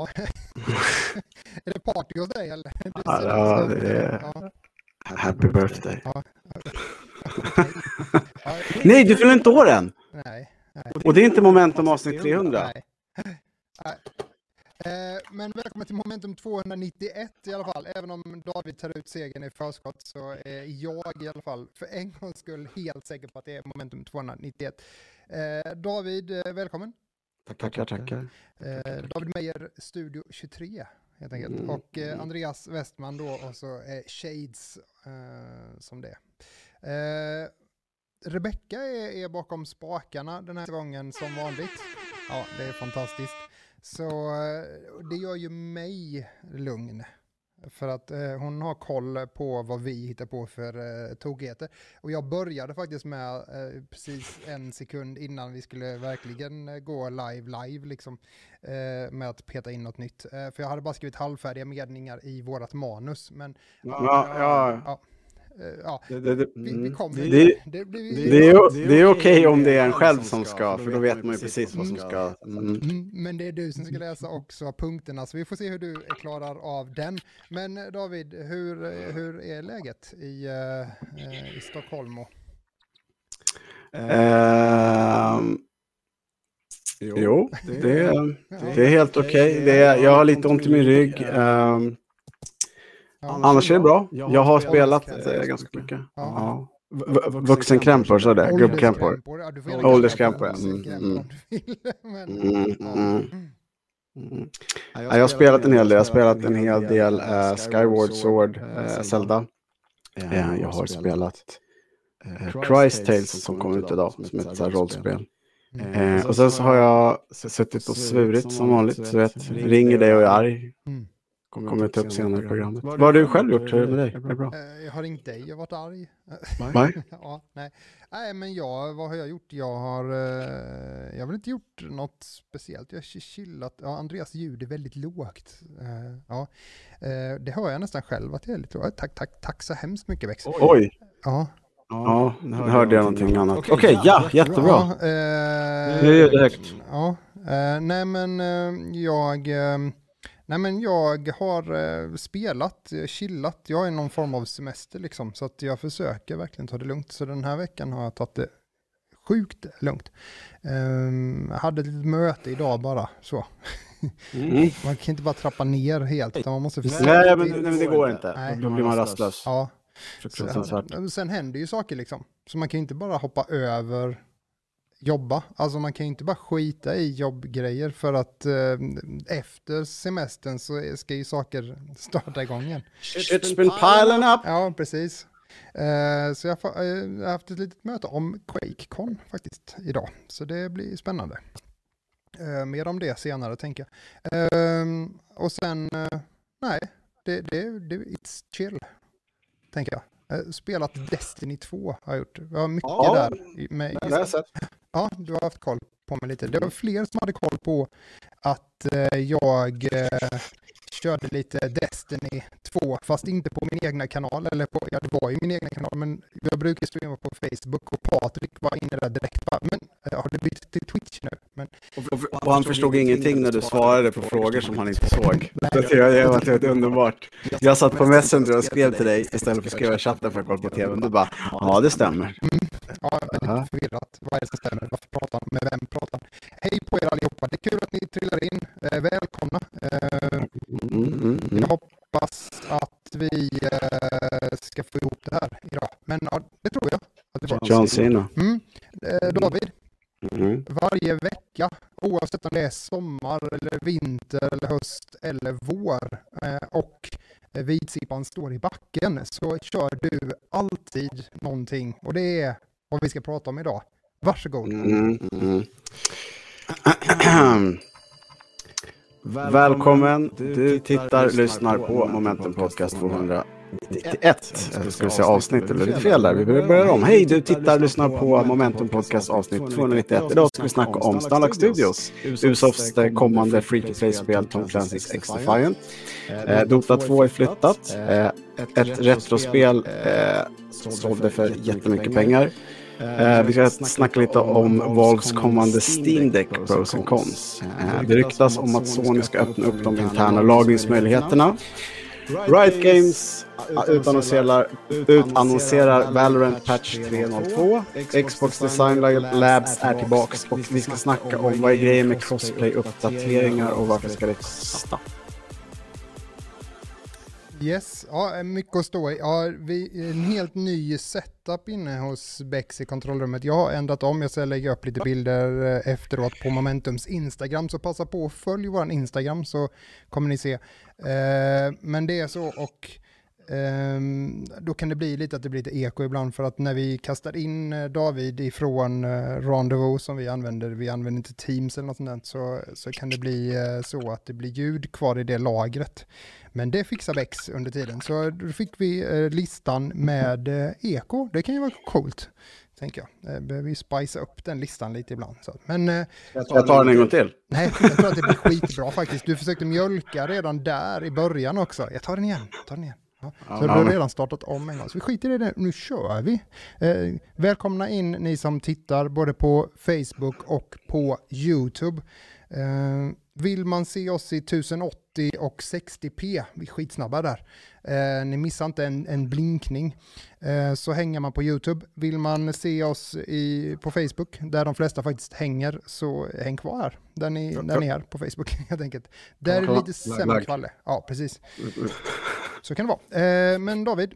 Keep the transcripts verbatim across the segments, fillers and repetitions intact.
Ja. Är det party hos dig eller? Det ja, ja, det är... Ja. Happy birthday. Ja. Okay. Ja, nej, du fyller inte år än. Nej, nej. Och det är inte Momentum avsnitt trehundra. Nej. nej. Eh, men välkommen till Momentum tvåhundranittioett i alla fall. Även om David tar ut segern i förskott så är jag i alla fall för en gångs skull helt säker på att det är Momentum tvåhundranittioett. Eh, David, eh, välkommen. Tackar, tackar. Eh, David Meijer, Studio tjugotre helt enkelt. Mm. Och eh, Andreas Westman då och så eh, Shades eh, som det. Eh, Rebecca är, är bakom spakarna den här gången som vanligt. Ja, det är fantastiskt. Så det gör ju mig lugn. För att eh, hon har koll på vad vi hittar på för eh, tokigheter. Och jag började faktiskt med eh, precis en sekund innan vi skulle verkligen eh, gå live live liksom. Eh, med att peta in något nytt. Eh, för jag hade bara skrivit halvfärdiga meningar i vårat manus. Men ja, ja, ja. ja. Ja, det, det, det, vi, vi kommer det, det, det, det, blir, det, det, är, det är okej om det är en själv som ska, för då vet man ju precis vad som ska. Mm. Mm, men det är du som ska läsa också punkterna, så vi får se hur du klarar av den. Men David, hur, hur är läget i, uh, i Stockholm? Uh, jo, jo, det, det, det är helt okej. Okay. Jag har lite ont i min rygg. Um, Ja, annars är det bra. Jag har spelat äh, ganska mycket. Ja. Ja. Vuxenkrämpor, så det. Gubbkrämpor. Ålderskrämpor. Jag har spelat en hel del. Jag har spelat en hel del äh, Skyward Sword, äh, Zelda. Äh, jag har spelat äh, Christ Tales som kom ut idag, som är ett så här rollspel. Äh, och sen så har jag suttit och svurit som vanligt. Så vet, ringer dig och är arg. Kommer jag ta upp senare i programmet. Vad har du själv gjort med dig? Är det bra? Jag har ringt dig, jag har varit arg. Nej. ja, nej. nej, men jag, vad har jag gjort? Jag har, jag har väl inte gjort något speciellt. Jag har chillat. Ja, Andreas ljud är väldigt lågt. Ja, det hör jag nästan själv att det är lite lågt. Tack, tack, tack så hemskt mycket, Väx. Oj. Ja. Ja, nu hörde jag någonting annat. Okej, okay, ja, jättebra. Ja, eh, det är det högt. Ja, eh, nej men eh, jag... Eh, Nej men jag har eh, spelat, chillat, jag är någon form av semester liksom, så att jag försöker verkligen ta det lugnt. Så den här veckan har jag tagit det sjukt lugnt. Um, jag hade ett litet möte idag bara, så. Mm. Man kan inte bara trappa ner helt, utan man måste försöka. Nej, men, nej, men det går inte, nej. Då blir man rastlös. Ja. Sen, sen händer ju saker liksom, så man kan inte bara hoppa över jobba. Alltså man kan ju inte bara skita i jobbgrejer för att eh, efter semestern så ska ju saker starta igång igen. It's been piling up! Ja, precis. Eh, så jag har eh, haft ett litet möte om QuakeCon faktiskt idag. Så det blir spännande. Eh, mer om det senare tänker jag. Eh, och sen, eh, nej, det, det, det it's chill, tänker jag. Uh, spelat Destiny två har jag gjort. Jag har mycket ja, där. Med, det har jag sett. Ja, du har haft koll på mig lite. Det var fler som hade koll på att uh, jag uh, körde lite Destiny två, fast inte på min egna kanal. Eller på, ja, det var ju min egna kanal, men jag brukar streama på Facebook och Patrik var inne där direkt. Bara, men uh, har det blivit till Twitch nu? Men, och, och, och han förstod ingenting när du svarade på frågor som han inte såg. Det var helt underbart. Jag satt på Messenger och skrev till dig istället för att skriva i chatten för att kolla på tvn. Du bara, ja det stämmer. Mm. Ja, jag är lite förvirrat. Vad är det som stämmer? Varför pratar han? Med vem pratar han? Hej på er allihopa. Det är kul att ni trillar in. Eh, välkomna. Eh, mm, mm, mm. Jag hoppas att vi eh, ska få ihop det här idag. Men ja, det tror jag. Att det var. John Cena. Mm. Eh, David. Mm. Varje vecka, oavsett om det är sommar eller vinter eller höst eller vår eh, och vitsipan står i backen, så kör du alltid någonting, och det är vad vi ska prata om idag. Varsågod. Mm, mm. Välkommen, du tittar, lyssnar på Momentum Podcast tvåhundranittioett. Jag ska säga avsnitt, eller lite fel där. Vi börjar om. Hej, du tittar, lyssnar på Momentum Podcast avsnitt tvåhundranittioett. Idag ska vi snacka om Stalag Studios, Ubisofts kommande free-to-play-spel Tom Clancy's X-Defiant. Eh, Dota två är flyttat. Eh, ett retrospel eh, sålde för jättemycket pengar. Uh, vi ska snacka lite om Valves kommande Steam Deck Pros and Cons. Uh, det ryktas om att Sony ska öppna upp de interna lagringsmöjligheterna. Riot Games utannonserar, utannonserar Valorant Patch tre punkt noll två. Xbox Design Labs är tillbaks och vi ska snacka om vad är grejen med crossplay-uppdateringar och varför ska det kosta. Yes, ja, mycket att stå i. Ja, vi, en helt ny setup inne hos Bex i kontrollrummet. Jag har ändrat om, jag ska lägga upp lite bilder efteråt på Momentums Instagram, så passa på att följa vår Instagram så kommer ni se. Eh, men det är så, och eh, då kan det bli lite att det blir lite eko ibland, för att när vi kastar in David ifrån eh, Rendezvous som vi använder, vi använder inte Teams eller något sånt, så, så kan det bli eh, så att det blir ljud kvar i det lagret. Men det fixar Bex under tiden. Så då fick vi eh, listan med eh, eko. Det kan ju vara coolt, tänker jag. Eh, behöver vi spicea upp den listan lite ibland. Så. Men, eh, jag tar, jag tar den en gång till. Nej, jag tror att det blir skitbra faktiskt. Du försökte mjölka redan där i början också. Jag tar den igen. tar den igen. Ja. Så du har redan startat om en gång. Så vi skiter i det. Nu kör vi. Eh, välkomna in ni som tittar både på Facebook och på YouTube. Eh, vill man se oss i tusen åttio och sextio p, vi är skitsnabba där. Eh, ni missar inte en, en blinkning. Eh, så hänger man på YouTube. Vill man se oss i, på Facebook, där de flesta faktiskt hänger, så häng kvar här. Där ni, där ni är på Facebook, helt enkelt. Där är det lite sämre kvalle. Ja, precis. Så kan det vara. Eh, men David,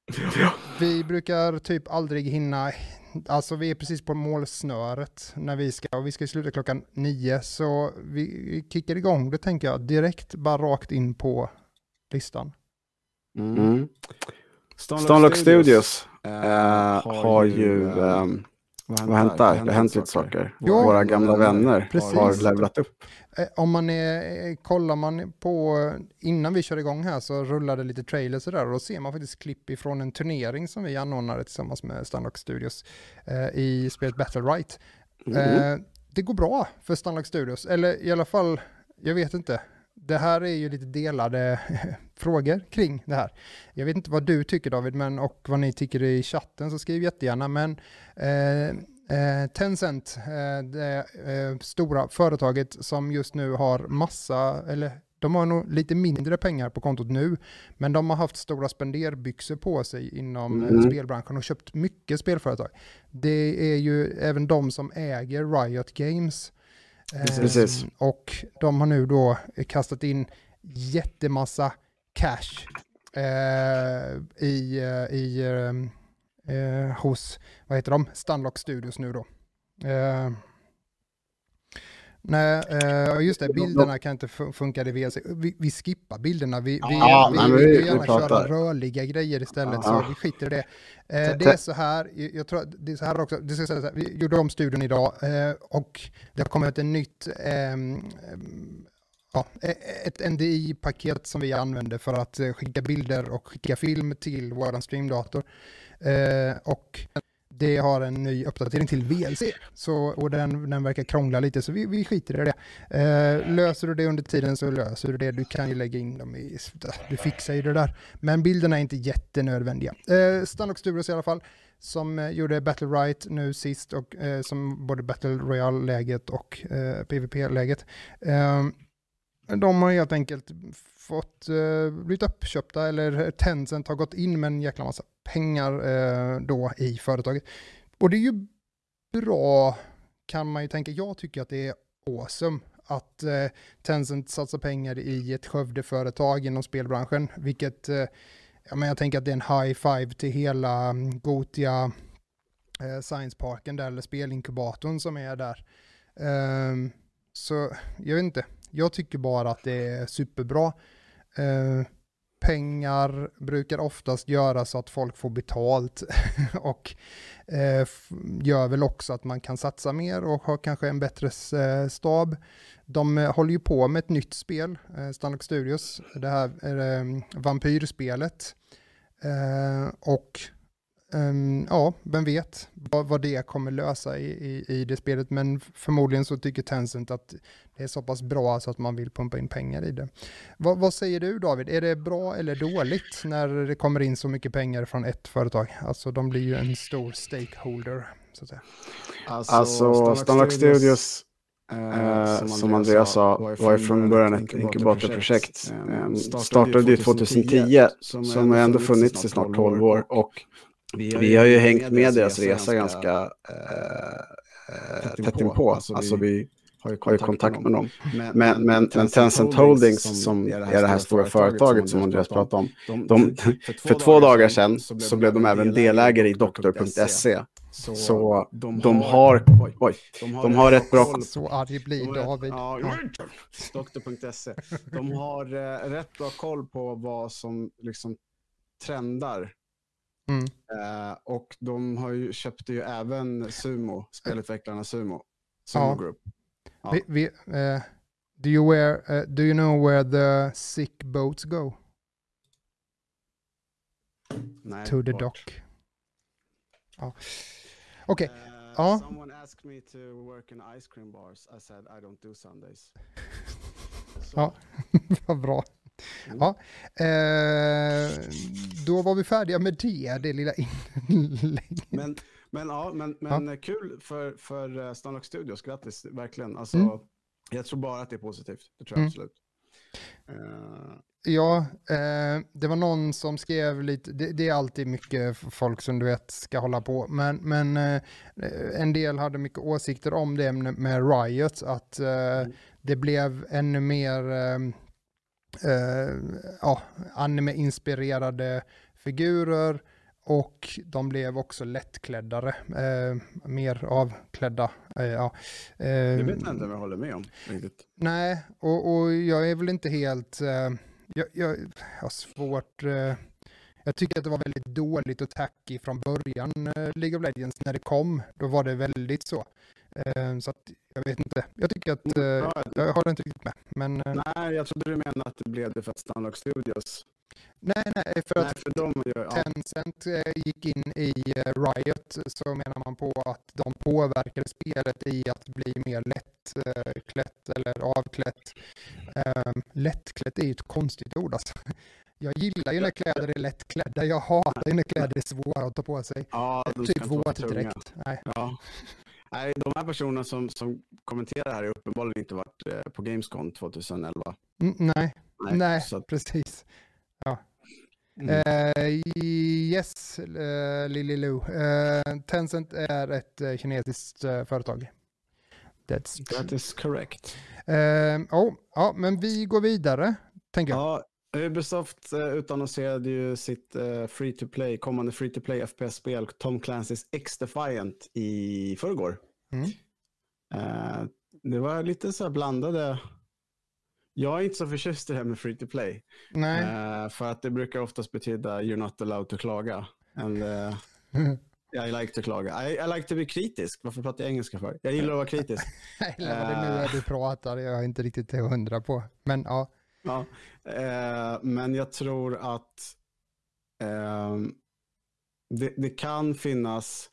vi brukar typ aldrig hinna. Alltså vi är precis på målsnöret när vi ska, och vi ska sluta klockan nio, så vi kickar igång, det tänker jag direkt bara rakt in på listan. Mm. Stunlock Studios äh, har ju äh, vad har hänt där? Det har hänt lite saker. Ja, våra gamla vänner precis. Har levlat upp. Om man är, kollar man på, innan vi kör igång här så rullar det lite trailers och där, och då ser man faktiskt klipp ifrån en turnering som vi anordnade tillsammans med Stunlock Studios eh, i spelet Battle Right. Mm. Eh, det går bra för Stunlock Studios, eller i alla fall, jag vet inte. Det här är ju lite delade frågor kring det här. Jag vet inte vad du tycker, David, men, och vad ni tycker i chatten, så skriv jättegärna. Men eh, eh, Tencent, eh, det eh, stora företaget som just nu har massa, eller de har nog lite mindre pengar på kontot nu, men de har haft stora spenderbyxor på sig inom mm. spelbranschen och köpt mycket spelföretag. Det är ju även de som äger Riot Games. Precis. Eh, och de har nu då kastat in jättemassa cash eh, i, i eh, hos, vad heter de? Stunlock Studios nu då. Eh, nej, eh, just det, bilderna kan inte funka i V L C. Vi, vi skippar bilderna. Vi, vi, ja, vi, vi, vi vill gärna köra rörliga grejer istället, ja. Så vi skiter i det. Eh, det är så här, jag tror att det är så här också, det ska säga så här, vi gjorde om studion idag eh, och det har kommit ett nytt eh, ja, ett N D I-paket som vi använder för att skicka bilder och skicka film till vår streamdator. Eh, och det har en ny uppdatering till V L C, så, och den, den verkar krångla lite, så vi, vi skiter i det. Eh, löser du det under tiden så löser du det. Du kan ju lägga in dem i, du fixar ju det där. Men bilderna är inte jättenödvändiga. Eh, Stunlock Studios i alla fall, som eh, gjorde Battle Right nu sist, och eh, som både Battle Royale-läget och eh, PvP-läget. Eh, de har helt enkelt fått eh, blivit uppköpta, eller Tencent har gått in med en jäkla massa pengar eh, då i företaget. Och det är ju bra, kan man ju tänka. Jag tycker att det är awesome att eh, Tencent satsar pengar i ett Skövde-företag inom spelbranschen, vilket eh, ja, men jag tänker att det är en high five till hela um, Gotia eh, Science Parken där, eller spelinkubatorn som är där. Um, så jag vet inte. Jag tycker bara att det är superbra. Uh, pengar brukar oftast göra så att folk får betalt och uh, f- gör väl också att man kan satsa mer och ha kanske en bättre uh, stab. De uh, håller ju på med ett nytt spel, uh, Stunlock Studios, det här är um, vampyrspelet. Uh, och Um, ja, vem vet vad, vad det kommer lösa i, i, i det spelet, men förmodligen så tycker Tencent att det är så pass bra så att man vill pumpa in pengar i det. Va, vad säger du, David? Är det bra eller dåligt när det kommer in så mycket pengar från ett företag? Alltså de blir ju en stor stakeholder så att säga. Alltså, alltså Stanlock Studios, eh, som Andreas sa, var ju från början ett inkubatorprojekt. Eh, startade ju tjugohundratio, som har ändå funnits i snart tolv år. Och vi har ju hängt med deras resa ganska eh, tätt inpå. Alltså vi har ju kontakt med dem. Men, men, men Tencent Holdings, som är det här stora företaget som Andreas pratade om, de, för två dagar sedan så blev de även delägare i doktor punkt se. Så, så de, de har oj, oj, de har, de har rätt bra... Så arg blir David. Ja, doktor punkt se. De har uh, rätt bra koll på vad som liksom trendar. Mm. Uh, och de har ju, köpte ju även Sumo, spelutvecklarna Sumo. Sumo ja. Group. Ja. Vi, vi, uh, do, you wear, uh, do you know where the sick boats go? Nej, to the bort. dock. Ja. Okej. Okay. Uh, ja. Someone asked me to work in ice cream bars. I said I don't do Sundays. Ja, vad bra. Mm. Ja. Eh, då var vi färdiga med det, det lilla inlägget. Men, men, ja, men, men ja. Kul för, för Stanlock Studios, grattis, verkligen. Alltså, mm. Jag tror bara att det är positivt, det tror jag mm. absolut. Uh, Ja, eh, det var någon som skrev lite, det, det är alltid mycket folk som du vet ska hålla på, men, men eh, en del hade mycket åsikter om det med Riot, att eh, mm. det blev ännu mer eh, eh, ja, anime-inspirerade figurer och de blev också lättkläddare, eh, mer avklädda. Eh, ja. eh, det vet jag inte om jag håller med om. Riktigt. Nej, och, och jag är väl inte helt... Eh, Jag, jag, jag har svårt... Eh, jag tycker att det var väldigt dåligt och tacky från början, eh, League of Legends, när det kom. Då var det väldigt så. Eh, så att, jag vet inte. Jag tycker att... Eh, jag har inte riktigt med. Men, eh, nej, jag trodde du menade att det blev det för att Stanlock Studios... Nej, nej, för nej, att för de gör, ja. Tencent eh, gick in i eh, Riot, så menar man på att de påverkade spelet i att bli mer lättklätt eh, eller avklätt. Eh, lättklätt är ju ett konstigt ord alltså. Jag gillar ju när kläder är lättklädda, jag hatar ju när kläder är svåra att ta på sig. Ja, typ våtdräkt. Nej. Ja. Nej, de här personerna som, som kommenterar här har uppenbarligen inte varit eh, på Gamescom tjugoelva. Mm, nej, nej, nej så att... precis. Ja. Mm. Uh, yes, uh, Lily Lou. Uh, Tencent är ett uh, kinesiskt uh, företag. That's That is correct. Uh, oh, ja, men vi går vidare, tänker jag. Ja, Ubisoft uh, utannonserade ju sitt uh, free-to-play, kommande free-to-play F P S-spel Tom Clancy's X-Defiant i förrgår. Mm. Uh, det var lite så här blandade... Jag är inte så förtjust i det här med free to play. Nej. Uh, för att det brukar oftast betyda you're not allowed to klaga. And uh, yeah, I like to klaga. I, I like to be kritisk. Varför pratar jag engelska för? Jag gillar att vara kritisk. Nej, vad det nu är du pratar. Jag är inte riktigt till hundra på. Men ja. ja uh, men jag tror att uh, det, det kan finnas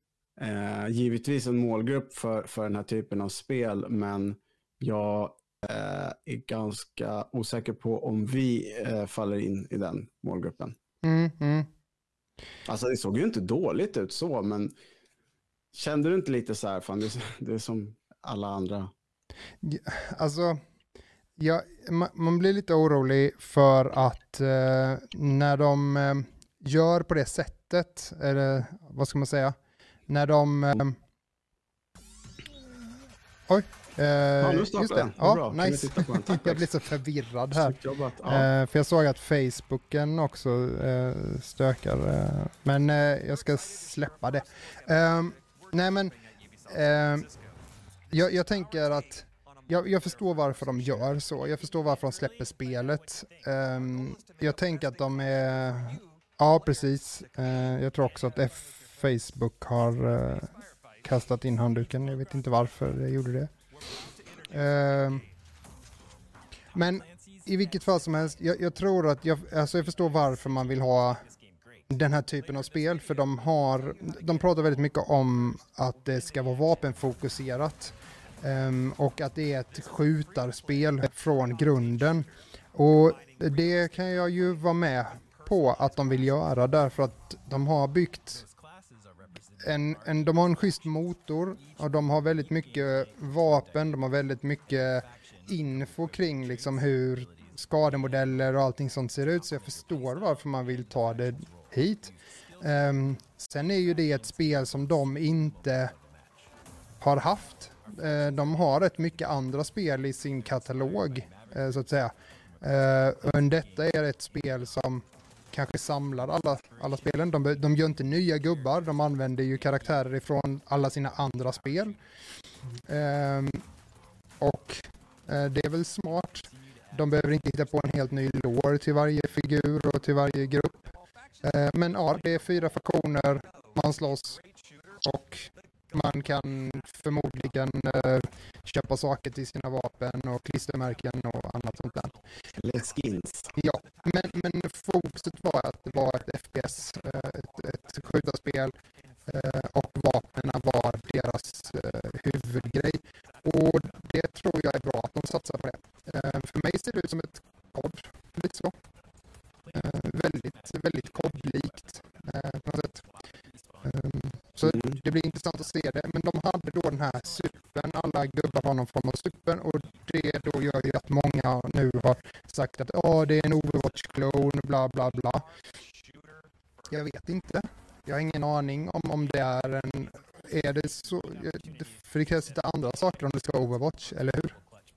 uh, givetvis en målgrupp för, för den här typen av spel. Men jag Uh, är ganska osäker på om vi uh, faller in i den målgruppen. Mm, mm. Alltså det såg ju inte dåligt ut så, men kände du inte lite så här, fan, det, är, det är som alla andra? Ja, alltså, ja, man, man blir lite orolig för att uh, när de uh, gör på det sättet, eller vad ska man säga, när de... Uh, oj. Uh, ja, nu just det. Ja, bra. Nice. Jag blir så förvirrad här. Ja. Uh, för jag såg att Facebooken också uh, stökar. Uh, men uh, jag ska släppa det. Uh, nej men, uh, jag, jag tänker att jag, jag förstår varför de gör så. Jag förstår varför de släpper spelet. Uh, jag tänker att de är... Ja, precis. Uh, jag tror också att F- Facebook har uh, kastat in handduken. Jag vet inte varför det gjorde det. Uh, men i vilket fall som helst, jag, jag tror att jag, alltså jag förstår varför man vill ha den här typen av spel, för de har, de pratar väldigt mycket om att det ska vara vapenfokuserat um, och att det är ett skjutarspel från grunden, och det kan jag ju vara med på att de vill göra, därför att de har byggt en, en, de har en schysst motor och de har väldigt mycket vapen, de har väldigt mycket info kring liksom hur skademodeller och allting sånt ser ut, så jag förstår varför man vill ta det hit. Um, sen är ju det ett spel som de inte har haft. Uh, de har rätt mycket andra spel i sin katalog, uh, så att säga. Uh, men detta är ett spel som kanske samlar alla, alla spelen. De, de gör inte nya gubbar, de använder ju karaktärer ifrån alla sina andra spel. Um, och uh, det är väl smart. De behöver inte hitta på en helt ny lore till varje figur och till varje grupp. Uh, men ja, det är fyra faktioner, man slåss och man kan förmodligen uh, köpa saker till sina vapen och klistermärken och annat sånt där. Eller skins. Ja, men, men fokuset var att det var ett F P S, ett, ett skjutarspel, och vapnen var deras huvudgrej. Och det tror jag är bra att de satsar på det. För mig ser det ut som ett kod, lite så. Väldigt, väldigt kodlikt på något sätt. Så det blir intressant att se det. Men de hade då den här supern. Alla gubbar har någon form av supern. Och det då gör ju att många nu har sagt att oh, det är en Overwatch-klon, bla bla bla. Jag vet inte. Jag har ingen aning om, om det är en... Är det så... För det krävs lite andra saker om det ska vara Overwatch, eller hur?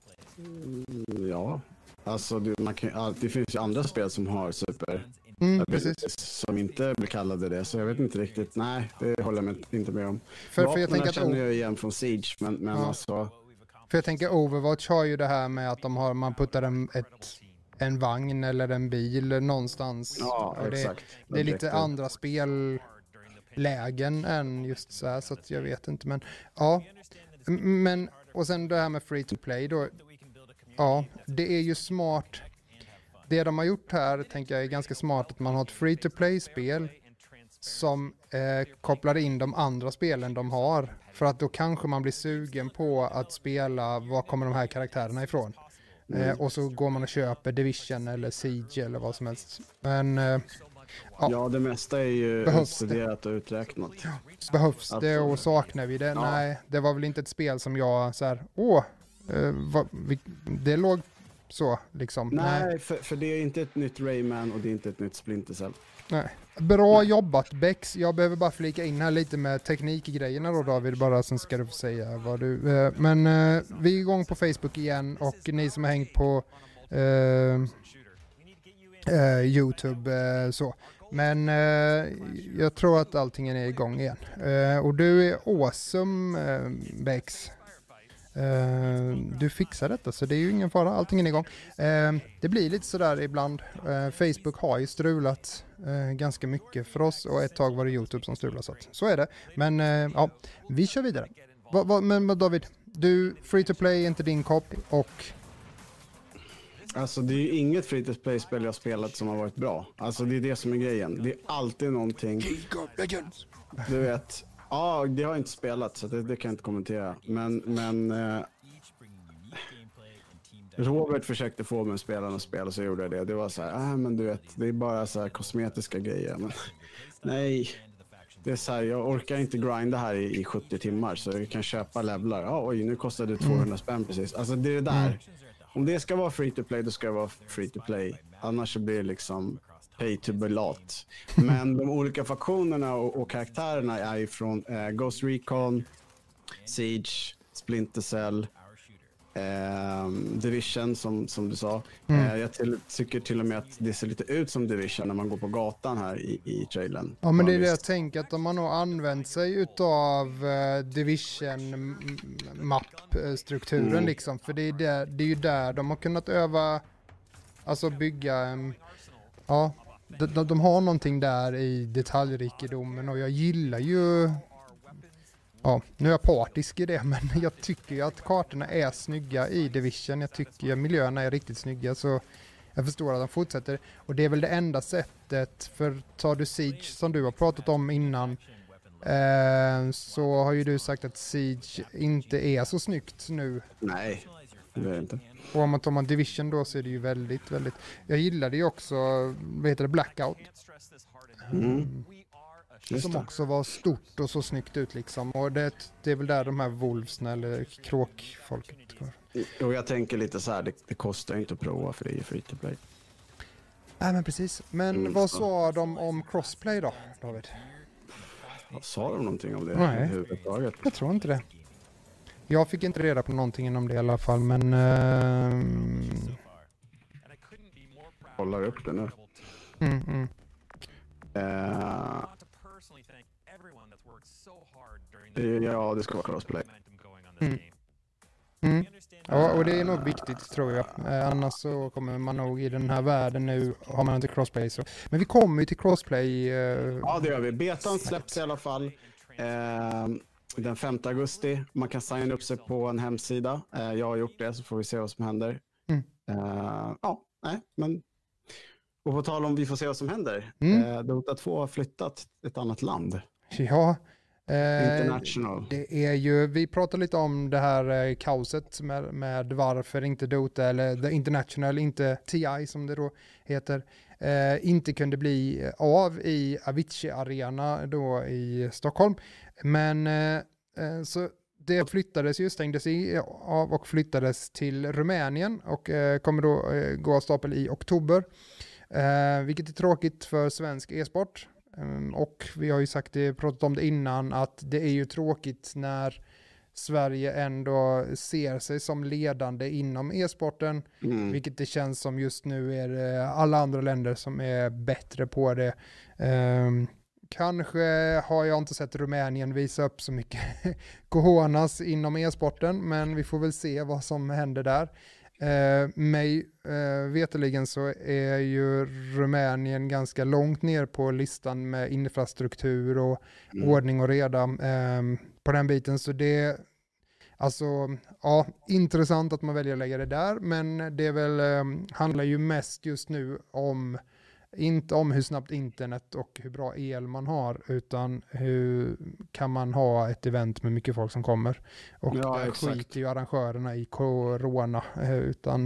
Mm, ja. Alltså, det, man kan, det finns ju andra spel som har super... Mm, precis. Som inte blir kallade det, så jag vet inte riktigt. Nej, det håller jag inte med om. För, för jag tänker att känner jag igen från Siege, men, men ja. alltså... För jag tänker Overwatch har ju det här med att de har, man puttar en, ett, en vagn eller en bil någonstans. Ja, och det, exakt. Det är lite andra spellägen än just så här, så att jag vet inte. Men ja, men och sen det här med free to play då. Ja, det är ju smart. Det de har gjort här tänker jag är ganska smart, att man har ett free to play-spel som eh, kopplar in de andra spelen de har. För att då kanske man blir sugen på att spela, var kommer de här karaktärerna ifrån? Mm. Eh, och så går man och köper Division eller Siege eller vad som helst. Men eh, ja. ja, det mesta är ju studerat och uträknat. Ja, behövs det och saknar vi det? Ja. Nej, det var väl inte ett spel som jag så här, åh, eh, vad, vi, det låg så liksom. Nej, Nej. För, för det är inte ett nytt Rayman och det är inte ett nytt Splinter Cell. Nej. Bra jobbat Bex. Jag behöver bara flika in här lite med teknikgrejerna då David, bara sen ska du få säga vad du... Eh, men eh, vi är igång på Facebook igen och ni som har hängt på eh, eh, YouTube eh, så. Men eh, jag tror att allting är igång igen. Eh, och du är awesome eh, Bex. Uh, du fixar detta, så det är ju ingen fara, allting är igång. Uh, det blir lite sådär ibland. Uh, Facebook har ju strulat uh, ganska mycket för oss och ett tag var det YouTube som strulade, så, så är det. Men uh, ja, vi kör vidare. Va, va, men David, du, free to play är inte din kopp och... Alltså det är ju inget free to play-spel jag spelat som har varit bra. Alltså det är det som är grejen. Det är alltid någonting... Du vet... Ja, det har jag inte spelat så det, det kan jag inte kommentera. Men, men eh, Robert försökte få mig att spela något spel och så gjorde jag det. Det var så här, ah, men du vet, det är bara så här kosmetiska grejer. Men, nej, det är så här, jag orkar inte grinda här i, i sjuttio timmar så jag kan köpa levlar. Ja, oj, nu kostar det tvåhundra mm. spänn precis. Alltså det är det där. Mm. Om det ska vara free to play, då ska det vara free to play. Annars så blir det liksom... pay to belat. Men de olika faktionerna och, och karaktärerna är ju från eh, Ghost Recon, Siege, Splinter Cell, eh, Division som, som du sa. Mm. Eh, jag till, tycker till och med att det ser lite ut som Division när man går på gatan här i, i trailern. Ja, men det är det jag tänker, att de har nog använt sig utav uh, Division-mapp-strukturen mm. liksom. För det är, där, det är ju där de har kunnat öva, alltså bygga... Um, ja, de, de, de har någonting där i detaljrikedomen och jag gillar ju... Ja, nu är jag partisk i det, men jag tycker ju att kartorna är snygga i Division. Jag tycker att miljöerna är riktigt snygga, så jag förstår att de fortsätter. Och det är väl det enda sättet, för tar du Siege som du har pratat om innan, eh, så har ju du sagt att Siege inte är så snyggt nu. Nej, det är inte. Och om man tar man Division då så är det ju väldigt, väldigt... Jag gillade ju också, vad heter det, Blackout. Mm. som också var stort och så snyggt ut liksom. Och det, det är väl där de här Wolvesna eller kråkfolket går. Och jag tänker lite så här, det, det kostar inte att prova för det är ju free to play. Nej men precis. Men mm, vad sa de om crossplay då, David? Sa de någonting om det? Nej, huvudtaget? Jag tror inte det. Jag fick inte reda på någonting om det i alla fall, men... Uh... Kollar upp det nu. Mm, mm. Uh... Ja, det ska vara crossplay. Mm. Mm. Ja, och det är nog viktigt tror jag. Eh, annars så kommer man nog i den här världen nu, har man inte crossplay så. Men vi kommer ju till crossplay. Eh, ja, det gör vi. Betan släpps i alla fall eh, den femte augusti. Man kan signa upp sig på en hemsida. Eh, jag har gjort det, så får vi se vad som händer. Mm. Eh, ja, nej, men... Och på tal om vi får se vad som händer. Mm. Eh, Dota två har flyttat till ett annat land. Ja. International. Det är ju, vi pratar lite om det här kaoset med, med varför inte Dota eller The International, inte T I som det då heter, eh, inte kunde bli av i Avicii Arena då i Stockholm. Men eh, så det flyttades ju, stängdes i av och flyttades till Rumänien och eh, kommer då eh, gå av stapel i oktober. Eh, vilket är tråkigt för svensk e-sport. Um, och vi har ju sagt det, pratat om det innan, att det är ju tråkigt när Sverige ändå ser sig som ledande inom e-sporten, mm. vilket det känns som just nu är det alla andra länder som är bättre på det. Um, kanske har jag inte sett Rumänien visa upp så mycket cojonas inom e-sporten, men vi får väl se vad som händer där. Uh, mig uh, veteligen så är ju Rumänien ganska långt ner på listan med infrastruktur och mm. ordning och reda um, på den biten, så det alltså ja, intressant att man väljer att lägga det där, men det är väl um, handlar ju mest just nu om inte om hur snabbt internet och hur bra el man har, utan hur kan man ha ett event med mycket folk som kommer. Och ja, skiter ju arrangörerna i corona. Utan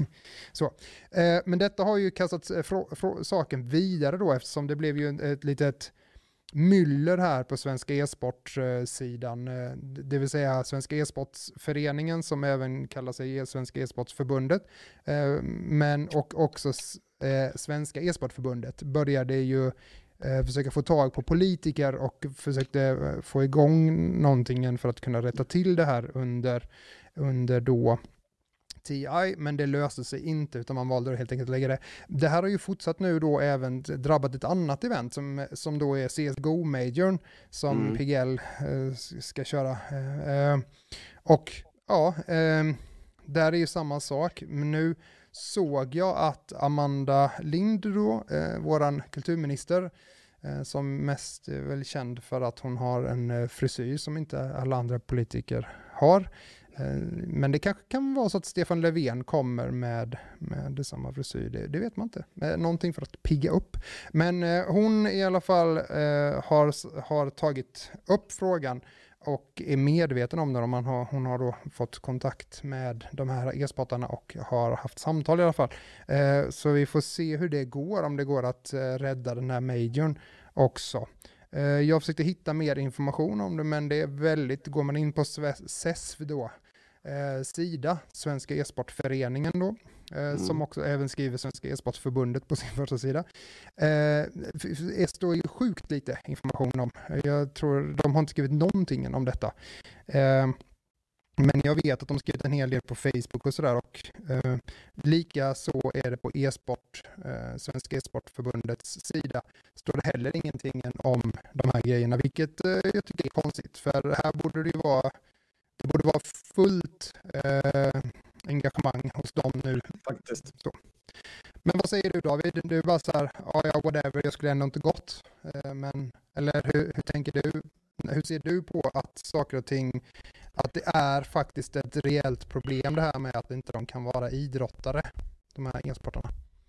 så. Men detta har ju kastat frå- frå- saken vidare då, eftersom det blev ju ett litet myller här på Svenska e-sportsidan. Det vill säga Svenska e-sportsföreningen, som även kallar sig Svenska e-sportsförbundet. Men och också Eh, Svenska e-sportförbundet började ju eh, försöka få tag på politiker och försökte eh, få igång någonting för att kunna rätta till det här under, under då T I, men det löste sig inte, utan man valde helt enkelt att lägga det. Det här har ju fortsatt nu då även drabbat ett annat event som, som då är C S G O-majorn som mm. P G L eh, ska köra. Eh, och ja, eh, där är ju samma sak, men nu såg jag att Amanda Lind då, eh, våran kulturminister, eh, som mest är väl känd för att hon har en eh, frisyr som inte alla andra politiker har. Eh, men det kanske kan vara så att Stefan Löfven kommer med, med samma frisyr, det, det vet man inte. Eh, någonting för att pigga upp. Men eh, hon i alla fall eh, har, har tagit upp frågan och är medveten om det. Om man har, hon har då fått kontakt med de här e-sportarna och har haft samtal i alla fall. Eh, så vi får se hur det går, om det går att eh, rädda den här majorn också. Eh, jag försökte hitta mer information om det, men det är väldigt, går man in på S E S V då, eh, sida, Svenska e-sportföreningen då, eh, mm. som också även skriver Svenska e-sportförbundet på sin första sida. Eh, det står ju sjukt lite information om. Jag tror de har inte skrivit någonting om detta. Eh, men jag vet att de skrivit en hel del på Facebook och sådär, och eh, lika så är det på e-sport, eh, Svenska e-sportförbundets sida, står det heller ingenting om de här grejerna, vilket eh, jag tycker är konstigt, för här borde det ju vara det borde vara fullt eh, engagemang hos dem nu. Faktiskt. Så. Men vad säger du, David? Du är bara så här, ja, ja whatever, jag skulle ändå inte gått. Eh, men, eller hur, hur tänker du? Hur ser du på att saker och ting, att det är faktiskt ett reellt problem det här med att inte de kan vara idrottare, de här e-sportarna?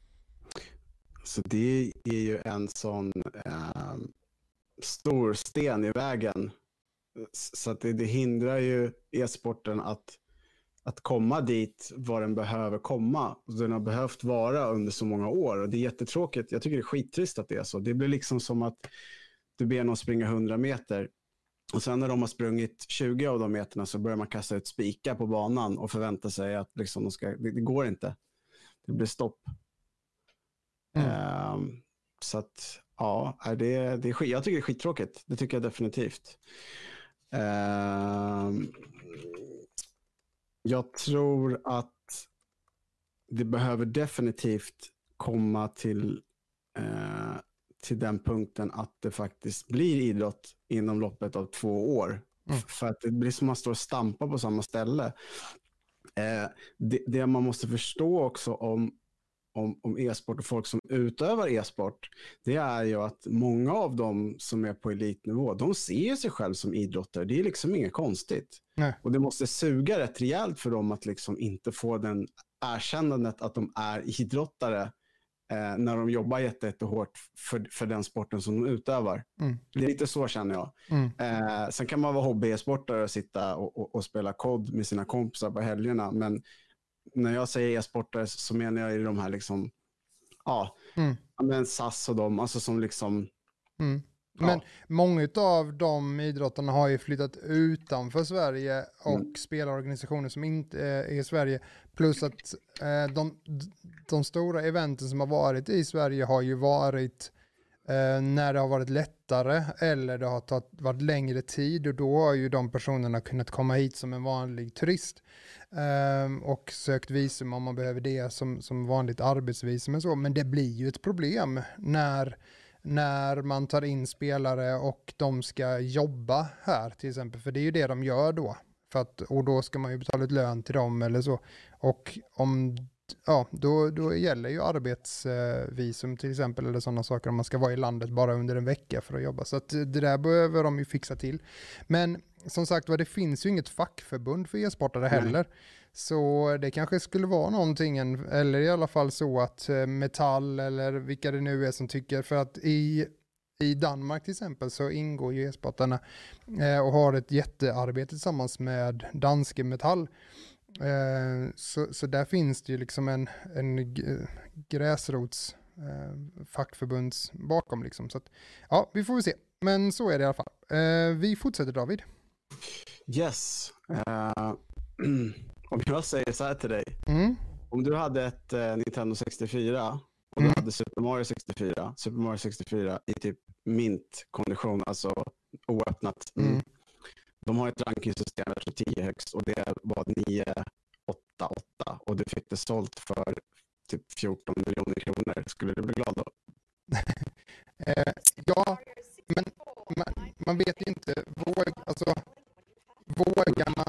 Så det är ju en sån eh, stor sten i vägen. Så att det, det hindrar ju e-sporten att, att komma dit var den behöver komma. Den har behövt vara under så många år, och det är jättetråkigt. Jag tycker det är skittrist att det är så. Det blir liksom som att du ber någon springa hundra meter och sen när de har sprungit tjugo av de meterna så börjar man kasta ut spikar på banan och förvänta sig att liksom de ska, det, det går inte. Det blir stopp. Mm. Um, så att ja, det, det är skit, jag tycker det är skittråkigt. Det tycker jag definitivt. Um, jag tror att det behöver definitivt komma till uh, till den punkten att det faktiskt blir idrott inom loppet av två år. Mm. För att det blir som att man står och stampar på samma ställe. Eh, det, det man måste förstå också om, om, om e-sport och folk som utövar e-sport, det är ju att många av dem som är på elitnivå, de ser sig själv som idrottare. Det är liksom inget konstigt. Nej. Och det måste suga rätt rejält för dem att liksom inte få den erkännandet att de är idrottare Eh, när de jobbar jätte, jätte hårt för, för den sporten som de utövar. Mm. Det är lite så känner jag. Mm. Eh, sen kan man vara hobby-e-sportare och sitta och, och, och spela kod med sina kompisar på helgerna. Men när jag säger e-sportare så menar jag ju de här liksom, ja, mm. men S A S och dem, alltså som liksom... Mm. Ja. Men många av de idrottarna har ju flyttat utanför Sverige och mm. spelar organisationer som inte är i Sverige. Plus att eh, de, de stora eventen som har varit i Sverige har ju varit eh, när det har varit lättare eller det har tagit, varit längre tid, och då har ju de personerna kunnat komma hit som en vanlig turist eh, och sökt visum om man behöver det som, som vanligt arbetsvisum och så. Men det blir ju ett problem när när man tar in spelare och de ska jobba här till exempel, för det är ju det de gör då. För att, och då ska man ju betala ut lön till dem eller så. Och om, ja, då, då gäller ju arbetsvisum till exempel eller sådana saker om man ska vara i landet bara under en vecka för att jobba. Så att det där behöver de ju fixa till. Men som sagt, det finns ju inget fackförbund för e-sportare heller. Nej. Så det kanske skulle vara någonting, eller i alla fall så att Metall eller vilka det nu är som tycker, för att i, i Danmark till exempel så ingår ju e-sportarna eh, och har ett jättearbete tillsammans med danske Metall. Eh, så, så där finns det ju liksom en, en gräsrots eh, fackförbunds bakom liksom. Så att, ja, vi får väl se. Men så är det i alla fall. Eh, vi fortsätter, David. Yes. Uh... Om jag säger så här till dig. Mm. Om du hade ett eh, Nintendo sextiofyra och mm. du hade Super Mario sextiofyra, Super Mario sextiofyra i typ mint-kondition, alltså oöppnat. Mm. De har ett rankingsystem efter tio högst och det var nio åtta åtta och du fick det sålt för typ fjorton miljoner kronor. Skulle du bli glad då? eh, ja, men man, man vet inte. Våg, alltså, vågar man...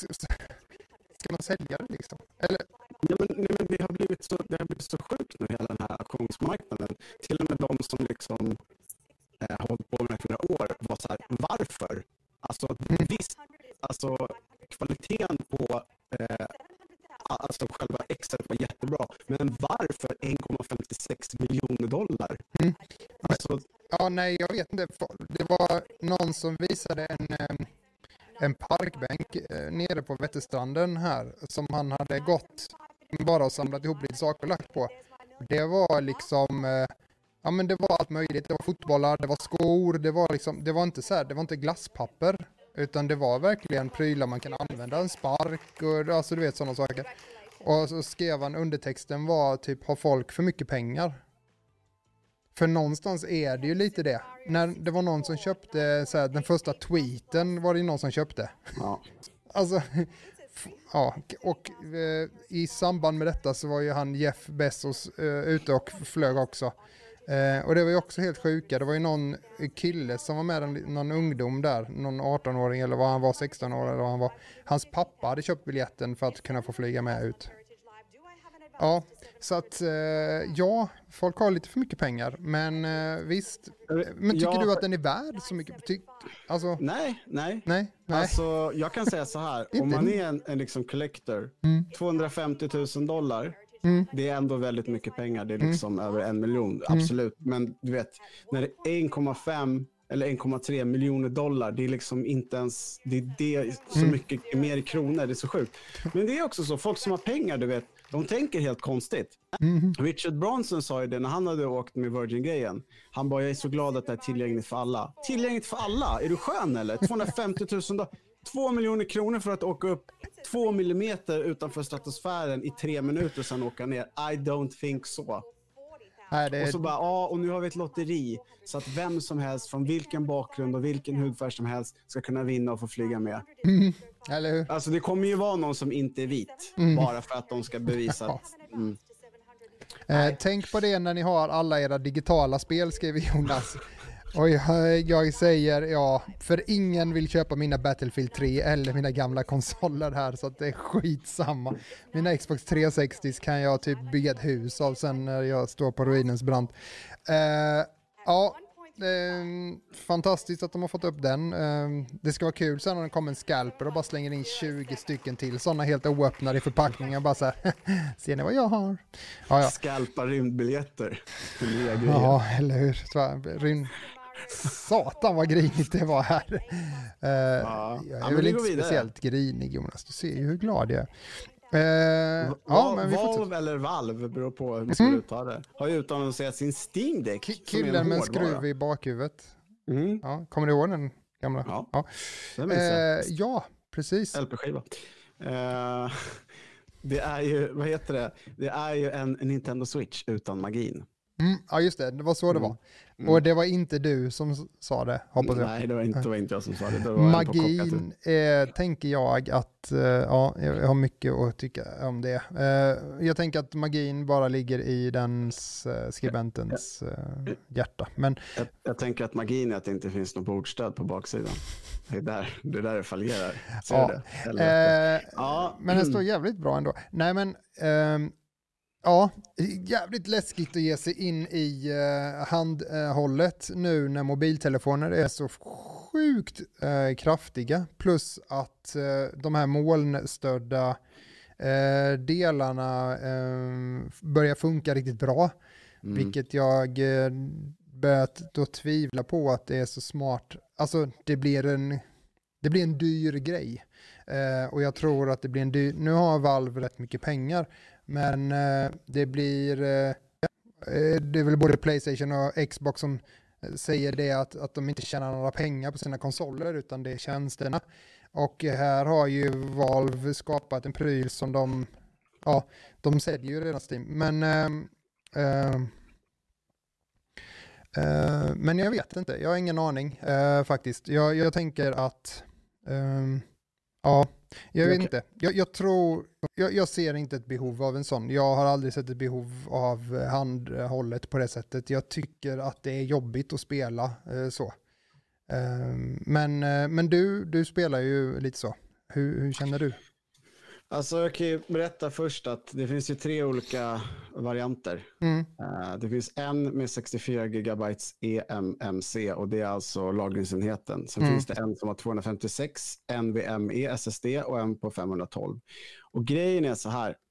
Ska man sälja det liksom? Eller? Ja, men, nej, men det har blivit så, det har blivit så sjukt nu, hela den här auktionsmarknaden. Till och med de som liksom eh, har hållit på med flera år var så här, varför? Alltså mm. visst, alltså kvaliteten på eh, alltså själva exet var jättebra, men varför en komma femtiosex miljoner dollar? Mm. Alltså, ja, nej, jag vet inte. Det var någon som visade en... en parkbänk eh, nere på Vätterstranden här som han hade gått bara och samlat ihop lite saker och lagt på. Det var liksom eh, ja, men det var allt möjligt. Det var fotbollar, det var skor, det var liksom, det var inte så här, det var inte glasspapper, utan det var verkligen prylar man kan använda, en spark och alltså du vet sådana saker. Och så skrev han, undertexten var typ, har folk för mycket pengar? För någonstans är det ju lite det. När det var någon som köpte, så här, den första tweeten var det någon som köpte. Ja. Alltså, ja, och eh, i samband med detta så var ju han Jeff Bezos eh, ute och flög också. Eh, och det var ju också helt sjuka. Det var ju någon kille som var med, någon ungdom där, någon arton-åring eller vad han var, sexton år eller vad han var. Hans pappa hade köpt biljetten för att kunna få flyga med ut. Ja, så att eh, ja, folk har lite för mycket pengar, men eh, visst. Men tycker ja, du att den är värd så mycket? Ty- alltså, nej, nej, nej, nej. Alltså, jag kan säga så här, om man är en, en liksom collector, mm. tvåhundrafemtio tusen dollar, mm. det är ändå väldigt mycket pengar. Det är liksom mm. över en miljon, absolut. Mm. Men du vet, när det är en komma fem eller en komma tre miljoner dollar. Det är liksom inte ens, det är det så Mm. mycket mer i kronor, det är så sjukt. Men det är också så, folk som har pengar, du vet, de tänker helt konstigt. Mm. Richard Branson sa ju det när han hade åkt med Virgin-grejen. Han bara, jag är så glad att det är tillgängligt för alla. Tillgängligt för alla? Är du skön eller? tvåhundrafemtio tusen dollar. Två miljoner kronor för att åka upp två millimeter utanför stratosfären i tre minuter och sen åka ner. I don't think so. Nej, det... Och så bara, ja, och nu har vi ett lotteri så att vem som helst från vilken bakgrund och vilken hudfärg som helst ska kunna vinna och få flyga med. Mm. Eller hur? Alltså det kommer ju vara någon som inte är vit, Mm. bara för att de ska bevisa att... Mm. Eh, tänk på det när ni har alla era digitala spel, skriver Jonas. Och jag, jag säger, ja, för ingen vill köpa mina Battlefield tre eller mina gamla konsoler här, så att det är skitsamma. Mina Xbox trehundrasextio kan jag typ bygga ett hus av sen när jag står på ruinens brant. Eh, ja, eh, fantastiskt att de har fått upp den. Eh, det ska vara kul sen när det kommer en scalper och bara slänger in tjugo stycken till. Sådana helt oöppnade i förpackningen. Bara så här, ser ni vad jag har? Ja, ja. Skalpa rymdbiljetter. Ja, eller hur? Så, rymd... Satan vad grinigt det var här. Uh, ja. Jag är Ja, väl inte vidare. speciellt grinig, Jonas. Du ser ju hur glad jag är. Uh, Va- ja, men vi Valve fortsätter. eller Valve, beror på hur man ska Mm. uttala det. Har ju utannonserat sin Steam Deck. Ki- som är Killen med en hårdvara. skruv i bakhuvudet. Mm. Ja, kommer du ihåg den gamla? Ja, Ja, det minns jag. uh, ja precis. L P-skiva. Uh, det är ju, vad heter det? Det är ju en Nintendo Switch utan magin. Mm, ja, just det. Det var så det var. Mm. Och det var inte du som s- sa det, hoppas jag. Nej, det var inte, det var inte jag som sa det. det var en på Magin eh, tänker jag att, eh, ja, jag har mycket att tycka om det. Eh, jag tänker att magin bara ligger i dens eh, skribentens eh, hjärta. Men jag, jag tänker att magin är att det inte finns något bordstöd på baksidan. Det är där det, är där det fallerar. Ser Ja. du det? Eller, eh, ja. men den står jävligt bra ändå. Nej men, ehm, ja, jävligt läskigt att ge sig in i uh, handhållet nu när mobiltelefoner är så sjukt uh, kraftiga. Plus att uh, de här molnstödda uh, delarna uh, börjar funka riktigt bra. Mm. Vilket jag uh, börjat då tvivla på att det är så smart. Alltså det blir en, det blir en dyr grej. Uh, och jag tror att det blir en dyr, nu har Valve rätt mycket pengar. Men eh, det blir, eh, det är väl både PlayStation och Xbox som säger det att, att de inte tjänar några pengar på sina konsoler utan det är tjänsterna. Och här har ju Valve skapat en pryl som de, ja, de säljer ju redan Steam. Men, eh, eh, eh, men jag vet inte, jag har ingen aning eh, faktiskt. Jag, jag tänker att, eh, ja, jag vet inte. Jag, jag tror, jag, jag ser inte ett behov av en sån. Jag har aldrig sett ett behov av handhållet på det sättet. Jag tycker att det är jobbigt att spela eh, så. Eh, men men du, du spelar ju lite så. Hur, hur känner du? Alltså jag kan ju berätta först att det finns ju tre olika varianter. Mm. Uh, det finns en med sextiofyra gigabytes E M M C och det är alltså lagringsenheten. Sen Mm. finns det en som har tvåhundrafemtiosex N V M E S S D och en på femhundratolv. Och grejen är så här.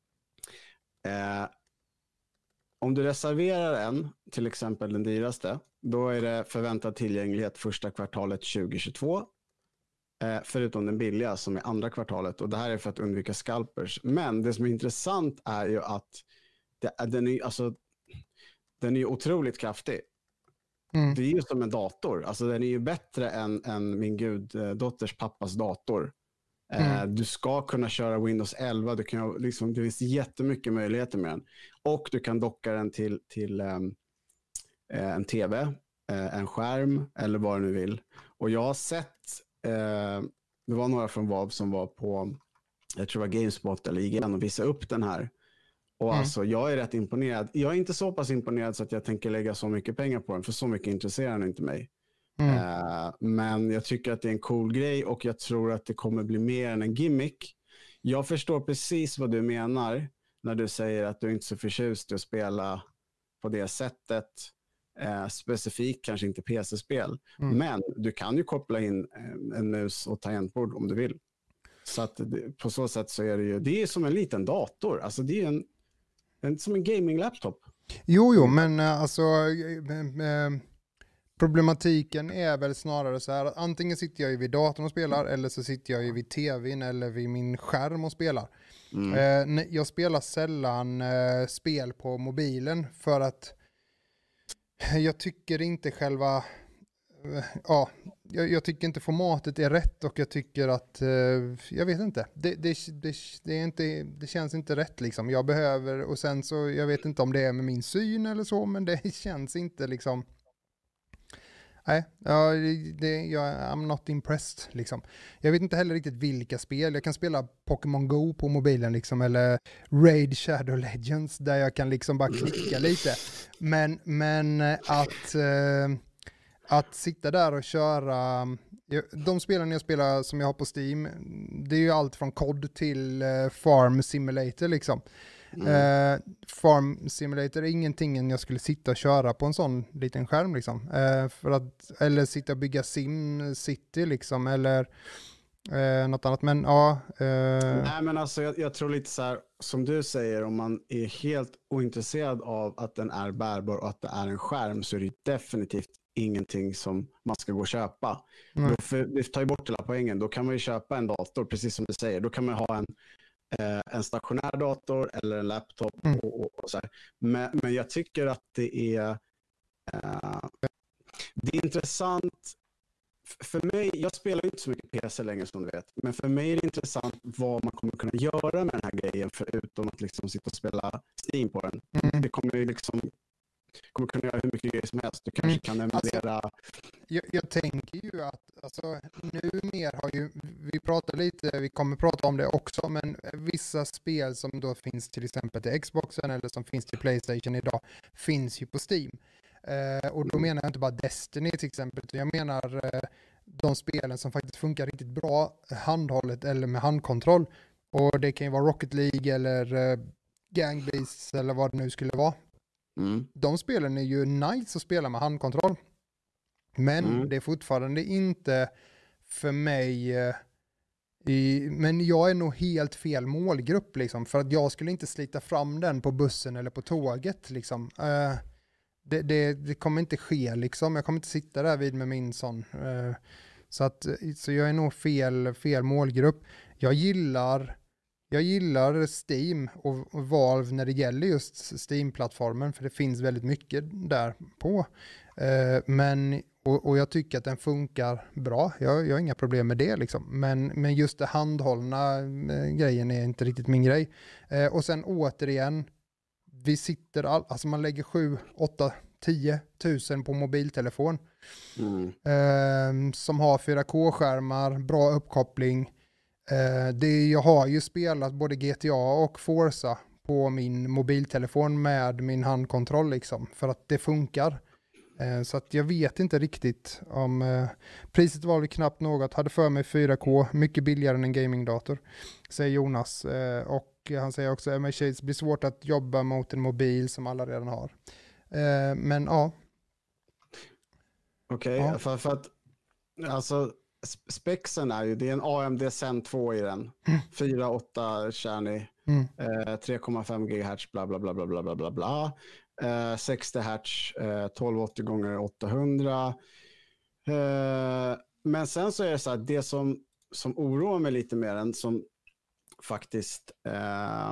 Uh, om du reserverar en, till exempel den dyraste, då är det förväntad tillgänglighet första kvartalet tjugohundratjugotvå. Eh, förutom den billiga som är andra kvartalet. Och det här är för att undvika scalpers. Men det som är intressant är ju att det, den, är, alltså, den är ju otroligt kraftig. Mm. Det är ju som en dator. Alltså den är ju bättre än, än min guddotters pappas dator. Eh, Mm. Du ska kunna köra Windows elva. Du kan, liksom, det finns jättemycket möjligheter med den. Och du kan docka den till, till um, en tv, uh, en skärm eller vad du nu vill. Och jag har sett Eh, det var några från Valve som var på, jag tror det var GameSpot eller I G N och visade upp den här. Och Mm. alltså jag är rätt imponerad. Jag är inte så pass imponerad så att jag tänker lägga så mycket pengar på den, för så mycket intresserar den inte mig. Mm. Eh, men jag tycker att det är en cool grej och jag tror att det kommer bli mer än en gimmick. Jag förstår precis vad du menar när du säger att du inte är så förtjust i att spela på det sättet. Eh, specifikt kanske inte P C-spel. Mm. Men du kan ju koppla in en, en mus och tangentbord om du vill. Så att det, på så sätt så är det ju, det är som en liten dator. Alltså det är en, en som en gaming-laptop. Jo, jo, men eh, alltså eh, eh, problematiken är väl snarare så här att antingen sitter jag ju vid datorn och spelar eller så sitter jag ju vid tvn eller vid min skärm och spelar. Mm. Eh, jag spelar sällan eh, spel på mobilen för att jag tycker inte själva eh, ja, jag, jag tycker inte formatet är rätt och jag tycker att eh, jag vet inte. Det, det, det, det, är inte det känns inte rätt liksom. Jag behöver och sen så jag vet inte om det är med min syn eller så men det känns inte liksom. Nej, ja, det, jag I'm not impressed liksom. Jag vet inte heller riktigt vilka spel. Jag kan spela Pokémon Go på mobilen liksom eller Raid Shadow Legends där jag kan liksom bara klicka lite. Men, men att, eh, att sitta där och köra de spelen jag spelar som jag har på Steam, det är ju allt från C O D till eh, Farm Simulator liksom. Mm. Uh, Farm Simulator är ingenting jag skulle sitta och köra på en sån liten skärm liksom. Uh, för att, eller sitta och bygga Sim City liksom, eller uh, något annat. Men ja. Uh... Nej men alltså jag, jag tror lite så här, som du säger, om man är helt ointresserad av att den är bärbar och att det är en skärm så är det definitivt ingenting som man ska gå och köpa. Mm. Då för, vi tar ju bort hela poängen. Då kan man ju köpa en dator, precis som du säger. Då kan man ha en en stationär dator eller en laptop mm. och, och, och så här. Men, men jag tycker att det är uh, det är intressant för mig, jag spelar inte så mycket P C längre som du vet, men för mig är det intressant vad man kommer kunna göra med den här grejen förutom att liksom sitta och spela Steam på den. Mm. Det kommer ju liksom kommer kunna göra hur mycket grejer som helst. Du kanske mm. kan emulera... Alltså, jag, jag tänker ju att alltså, nu mer har ju, vi pratar lite, vi kommer prata om det också, men vissa spel som då finns till exempel till Xboxen eller som finns till PlayStation idag finns ju på Steam. Uh, och då menar jag inte bara Destiny till exempel, utan jag menar uh, de spelen som faktiskt funkar riktigt bra handhållet eller med handkontroll. Och det kan ju vara Rocket League eller uh, Gang Beasts eller vad det nu skulle vara. Mm. De spelen är ju nice att spela med handkontroll. Men mm. det är fortfarande inte för mig eh, i, men jag är nog helt fel målgrupp liksom, för att jag skulle inte slita fram den på bussen eller på tåget liksom. Uh, det, det, det kommer inte ske liksom. Jag kommer inte sitta där vid med min sån. Uh, så, att, så jag är nog fel, fel målgrupp. Jag gillar Jag gillar Steam och Valve när det gäller just Steam-plattformen, för det finns väldigt mycket där på. Uh, men, och, och jag tycker att den funkar bra. Jag, jag har inga problem med det liksom. Men, men just det handhållna uh, grejen är inte riktigt min grej. Uh, och sen återigen, vi sitter, all, alltså man lägger sju, åtta, tio tusen på mobiltelefon. Mm. Uh, som har fyra K-skärmar, bra uppkoppling. Uh, det, jag har ju spelat både G T A och Forza på min mobiltelefon med min handkontroll liksom, för att det funkar. Uh, så att jag vet inte riktigt om uh, priset var väl knappt något. Hade för mig fyra K, mycket billigare än en gamingdator, säger Jonas. Uh, och han säger också att M S Shades blir svårt att jobba mot en mobil som alla redan har. Uh, men ja. Okej, okay, ja. för, för att alltså spexen är ju, det är en A M D Zen två i den. Mm. fyra åtta kärnig, mm. eh, tre komma fem gigahertz, bla bla bla bla bla bla bla bla. Eh, sextio hertz, eh, tolv åttio gånger åttahundra. Eh, men sen så är det så här, det som, som oroar mig lite mer än som faktiskt eh,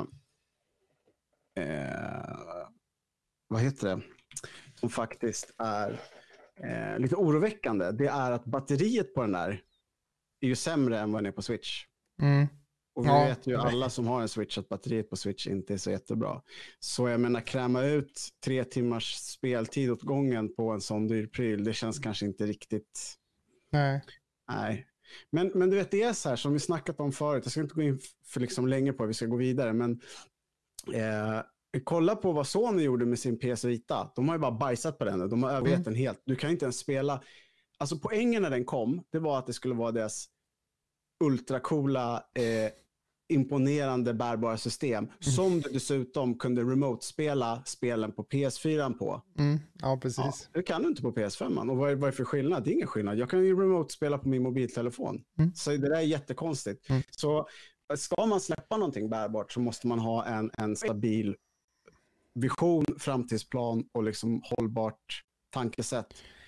eh, vad heter det? Som faktiskt är Eh, lite oroväckande, det är att batteriet på den där är ju sämre än vad den är på Switch. Mm. Och vi ja, vet ju alla som har en Switch att batteriet på Switch inte är så jättebra. Så jag menar, kräma ut tre timmars speltid åt gången på en sån dyr pryl, det känns kanske inte riktigt... Nej. Nej. Men, men du vet, det är så här som vi snackat om förut, jag ska inte gå in för liksom länge på det, vi ska gå vidare, men eh, kolla på vad Sony gjorde med sin P S Vita. De har ju bara bajsat på den. De har övergett mm. den helt. Du kan inte ens spela... Alltså poängen när den kom, det var att det skulle vara deras ultracoola, eh, imponerande bärbara system. Mm. Som du dessutom kunde remote-spela spelen på P S fyra på. Mm. Ja, precis. Ja, det kan du inte på P S fem. Och vad är, vad är för skillnad? Det är ingen skillnad. Jag kan ju remote-spela på min mobiltelefon. Mm. Så det där är jättekonstigt. Mm. Så ska man släppa någonting bärbart så måste man ha en, en stabil vision, framtidsplan och liksom hållbart tankesätt.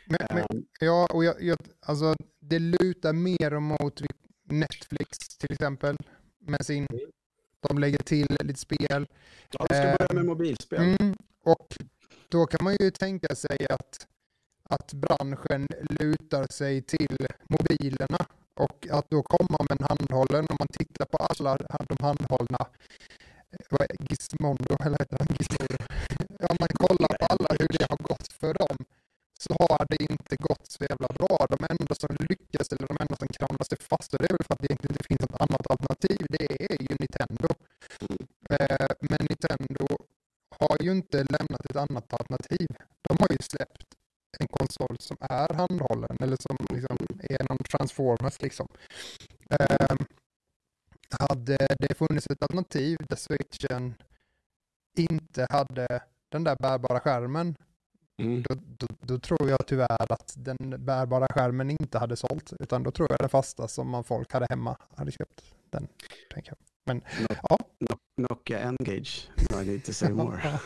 Men, men, ja, och jag, jag, alltså, det lutar mer mot Netflix till exempel med sin, de lägger till lite spel. Ja, vi ska börja med mobilspel. Mm, och då kan man ju tänka sig att, att branschen lutar sig till mobilerna och att då komma med en handhållen, om man tittar på alla de handhållna, vad är Gizmodo, eller heter det Gizmodo? Om man kollar på alla hur det har gått för dem, så har det inte gått så jävla bra. De enda som lyckas, eller de enda som kramlar sig fast, och det är väl för att det egentligen inte finns något annat alternativ, det är ju Nintendo. Eh, men Nintendo har ju inte lämnat ett annat alternativ. De har ju släppt en konsol som är handhållen, eller som liksom är någon Transformers liksom. Eh, hade det funnits ett alternativ där Switchen inte hade den där bärbara skärmen, Mm. Då, då, då tror jag tyvärr att den bärbara skärmen inte hade sålt, utan då tror jag det fasta som man folk hade hemma hade köpt den, tänker jag. Men, no, ja. No, Nokia N-Gage, no, I need to say more.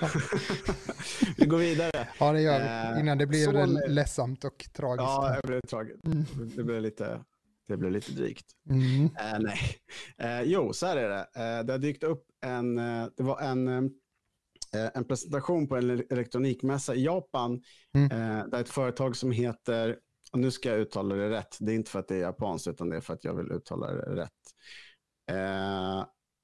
Vi går vidare. Ja, det gör vi, innan det blir Sony... ledsamt och tragiskt. Ja, det blev tragiskt. Mm. Det blev lite, det blev lite drygt. Mm. Uh, nej. Uh, jo, så här är det. Uh, det har dykt upp en, uh, det var en... Um, en presentation på en elektronikmässa i Japan mm. eh, där ett företag som heter, och nu ska jag uttala det rätt, det är inte för att det är japanskt utan det är för att jag vill uttala det rätt. Eh,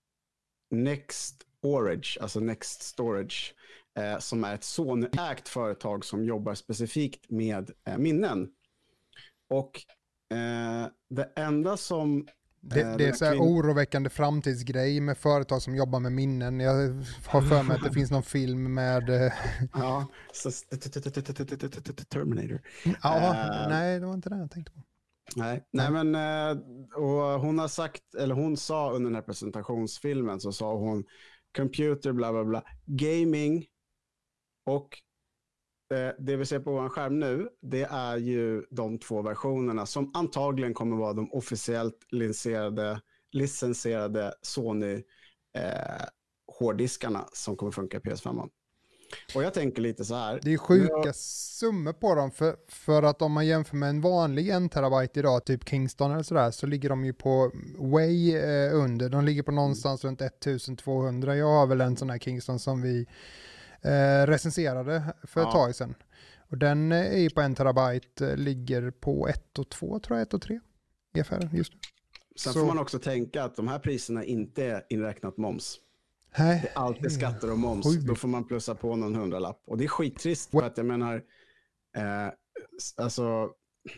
Next Storage, alltså Next Storage, eh, som är ett Sony-ägt företag som jobbar specifikt med eh, minnen. Och eh, det enda som Det, det är så här oroväckande framtidsgrej med företag som jobbar med minnen. Jag har för mig att det finns någon film med... Ja, Terminator. Ja, nej, det var inte det jag tänkte på. Nej, nej men och hon har sagt, eller hon sa under den här presentationsfilmen, så sa hon computer, bla bla bla, gaming, och det vi ser på vår skärm nu, det är ju de två versionerna som antagligen kommer vara de officiellt licensierade, licensierade Sony eh, hårddiskarna som kommer funka i P S fem. Och jag tänker lite så här. Det är sjuka jag... summor på dem, för, för att om man jämför med en vanlig en terabyte idag, typ Kingston eller sådär, så ligger de ju på way eh, under. De ligger på någonstans mm. runt ettusentvåhundra. Jag har väl en sån här Kingston som vi Eh, recenserade för ett ja. tag sedan. Och den är ju på en terabyte, eh, ligger på ett och två, tror jag, ett och tre i affären just nu. Sen Så. får man också tänka att de här priserna inte är inräknat moms. Nej. Det är alltid skatter och moms. Oj. Då får man plussa på någon hundralapp. Och det är skittrist för att jag menar, eh, alltså,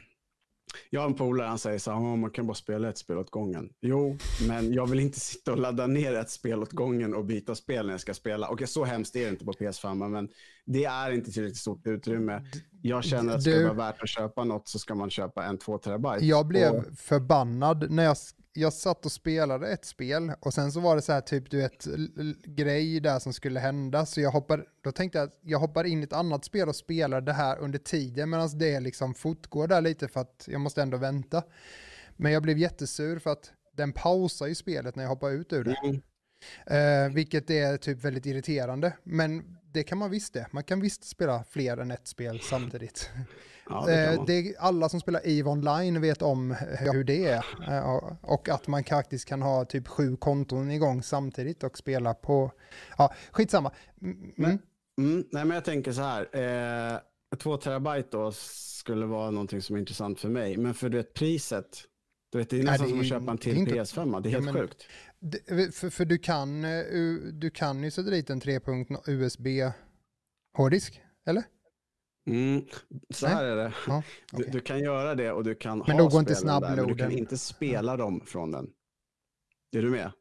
jag har en polare, han säger så här, man kan bara spela ett spel åt gången. Jo, men jag vill inte sitta och ladda ner ett spel åt gången och byta spel när jag ska spela. Och så hemskt är det inte på P S fem, men det är inte tillräckligt stort utrymme. Jag känner att det ska vara värt att köpa något, så ska man köpa en två terabyte. Jag blev och... förbannad när jag, jag satt och spelade ett spel, och sen så var det så här typ du vet grej där som skulle hända, så jag hoppar, då tänkte jag att jag hoppar in i ett annat spel och spelar det här under tiden medan det liksom fortgår där lite, för att jag måste ändå vänta. Men jag blev jättesur för att den pausar ju spelet när jag hoppar ut ur det. Mm. Eh, vilket är typ väldigt irriterande, men det kan man visst det. Man kan visst spela fler än ett spel samtidigt. Ja, det det är, alla som spelar EVE Online vet om hur det är. Och att man faktiskt kan ha typ sju konton igång samtidigt och spela på... Ja, skitsamma. Mm. Men, mm, nej, men jag tänker så här. Eh, två terabyte då skulle vara någonting som är intressant för mig. Men för det priset, du vet, det är nästan nej, det är, som att köpa en till inte, P S fem. Det är helt ja, men, sjukt. Det, för för du, kan, du kan ju sätta dit en tre punkt U S B-hårddisk, eller? Mm, så Nej? här är det. Ja, okay. du, du kan göra det och du kan men ha spelen inte där, men du kan inte spela ja. dem från den. Är du med?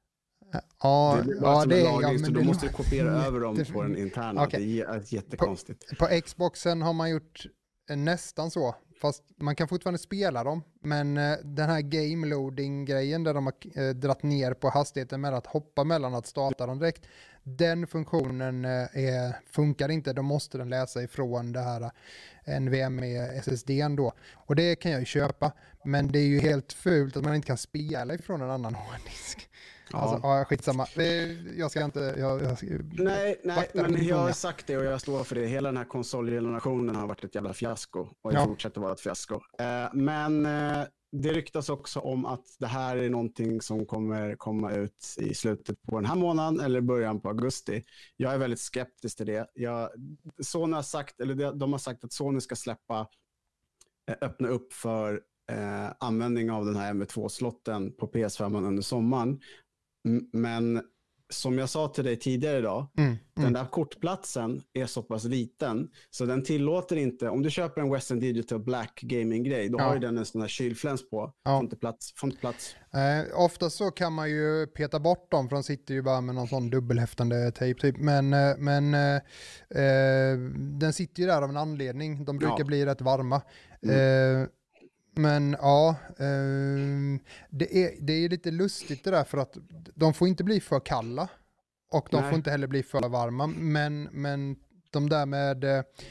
Ja, det, ja, det är ja, men så det du måste du kopiera över dem på den interna. Okay. Det är jättekonstigt. På, på Xboxen har man gjort nästan så. Fast man kan fortfarande spela dem. Men eh, den här game loading-grejen där de har eh, dratt ner på hastigheten med att hoppa mellan att starta dem direkt. Den funktionen eh, är, funkar inte. Då måste den läsa ifrån det här N V M E S S D:n då. Och det kan jag ju köpa. Men det är ju helt fult att man inte kan spela ifrån en annan hårddisk. Ja. Alltså, ja, skitsamma. Jag ska inte... Jag, jag ska nej, nej men jag har sagt det och jag står för det. Hela den här konsolgenerationen har varit ett jävla fiasko. Och jag ja. fortsätter vara ett fiasko. Eh, men eh, det ryktas också om att det här är någonting som kommer komma ut i slutet på den här månaden eller början på augusti. Jag är väldigt skeptisk till det. Jag, Sony har sagt, eller de har sagt att Sony ska släppa, eh, öppna upp för eh, användning av den här M två-slotten på P S fem under sommaren. Men som jag sa till dig tidigare idag, mm, mm. den där kortplatsen är så pass liten så den tillåter inte, om du köper en Western Digital Black Gaming-grej, då ja. har ju den en sån här kylfläns på, ja. får inte plats. Får inte plats. Eh, ofta så kan man ju peta bort dem, för de sitter ju bara med någon sån dubbelhäftande tejp typ, men, eh, men eh, den sitter ju där av en anledning, de brukar ja. bli rätt varma. Mm. Eh, Men ja, eh, det, är, det är lite lustigt det där, för att de får inte bli för kalla och de Nej. får inte heller bli för varma, men, men de där med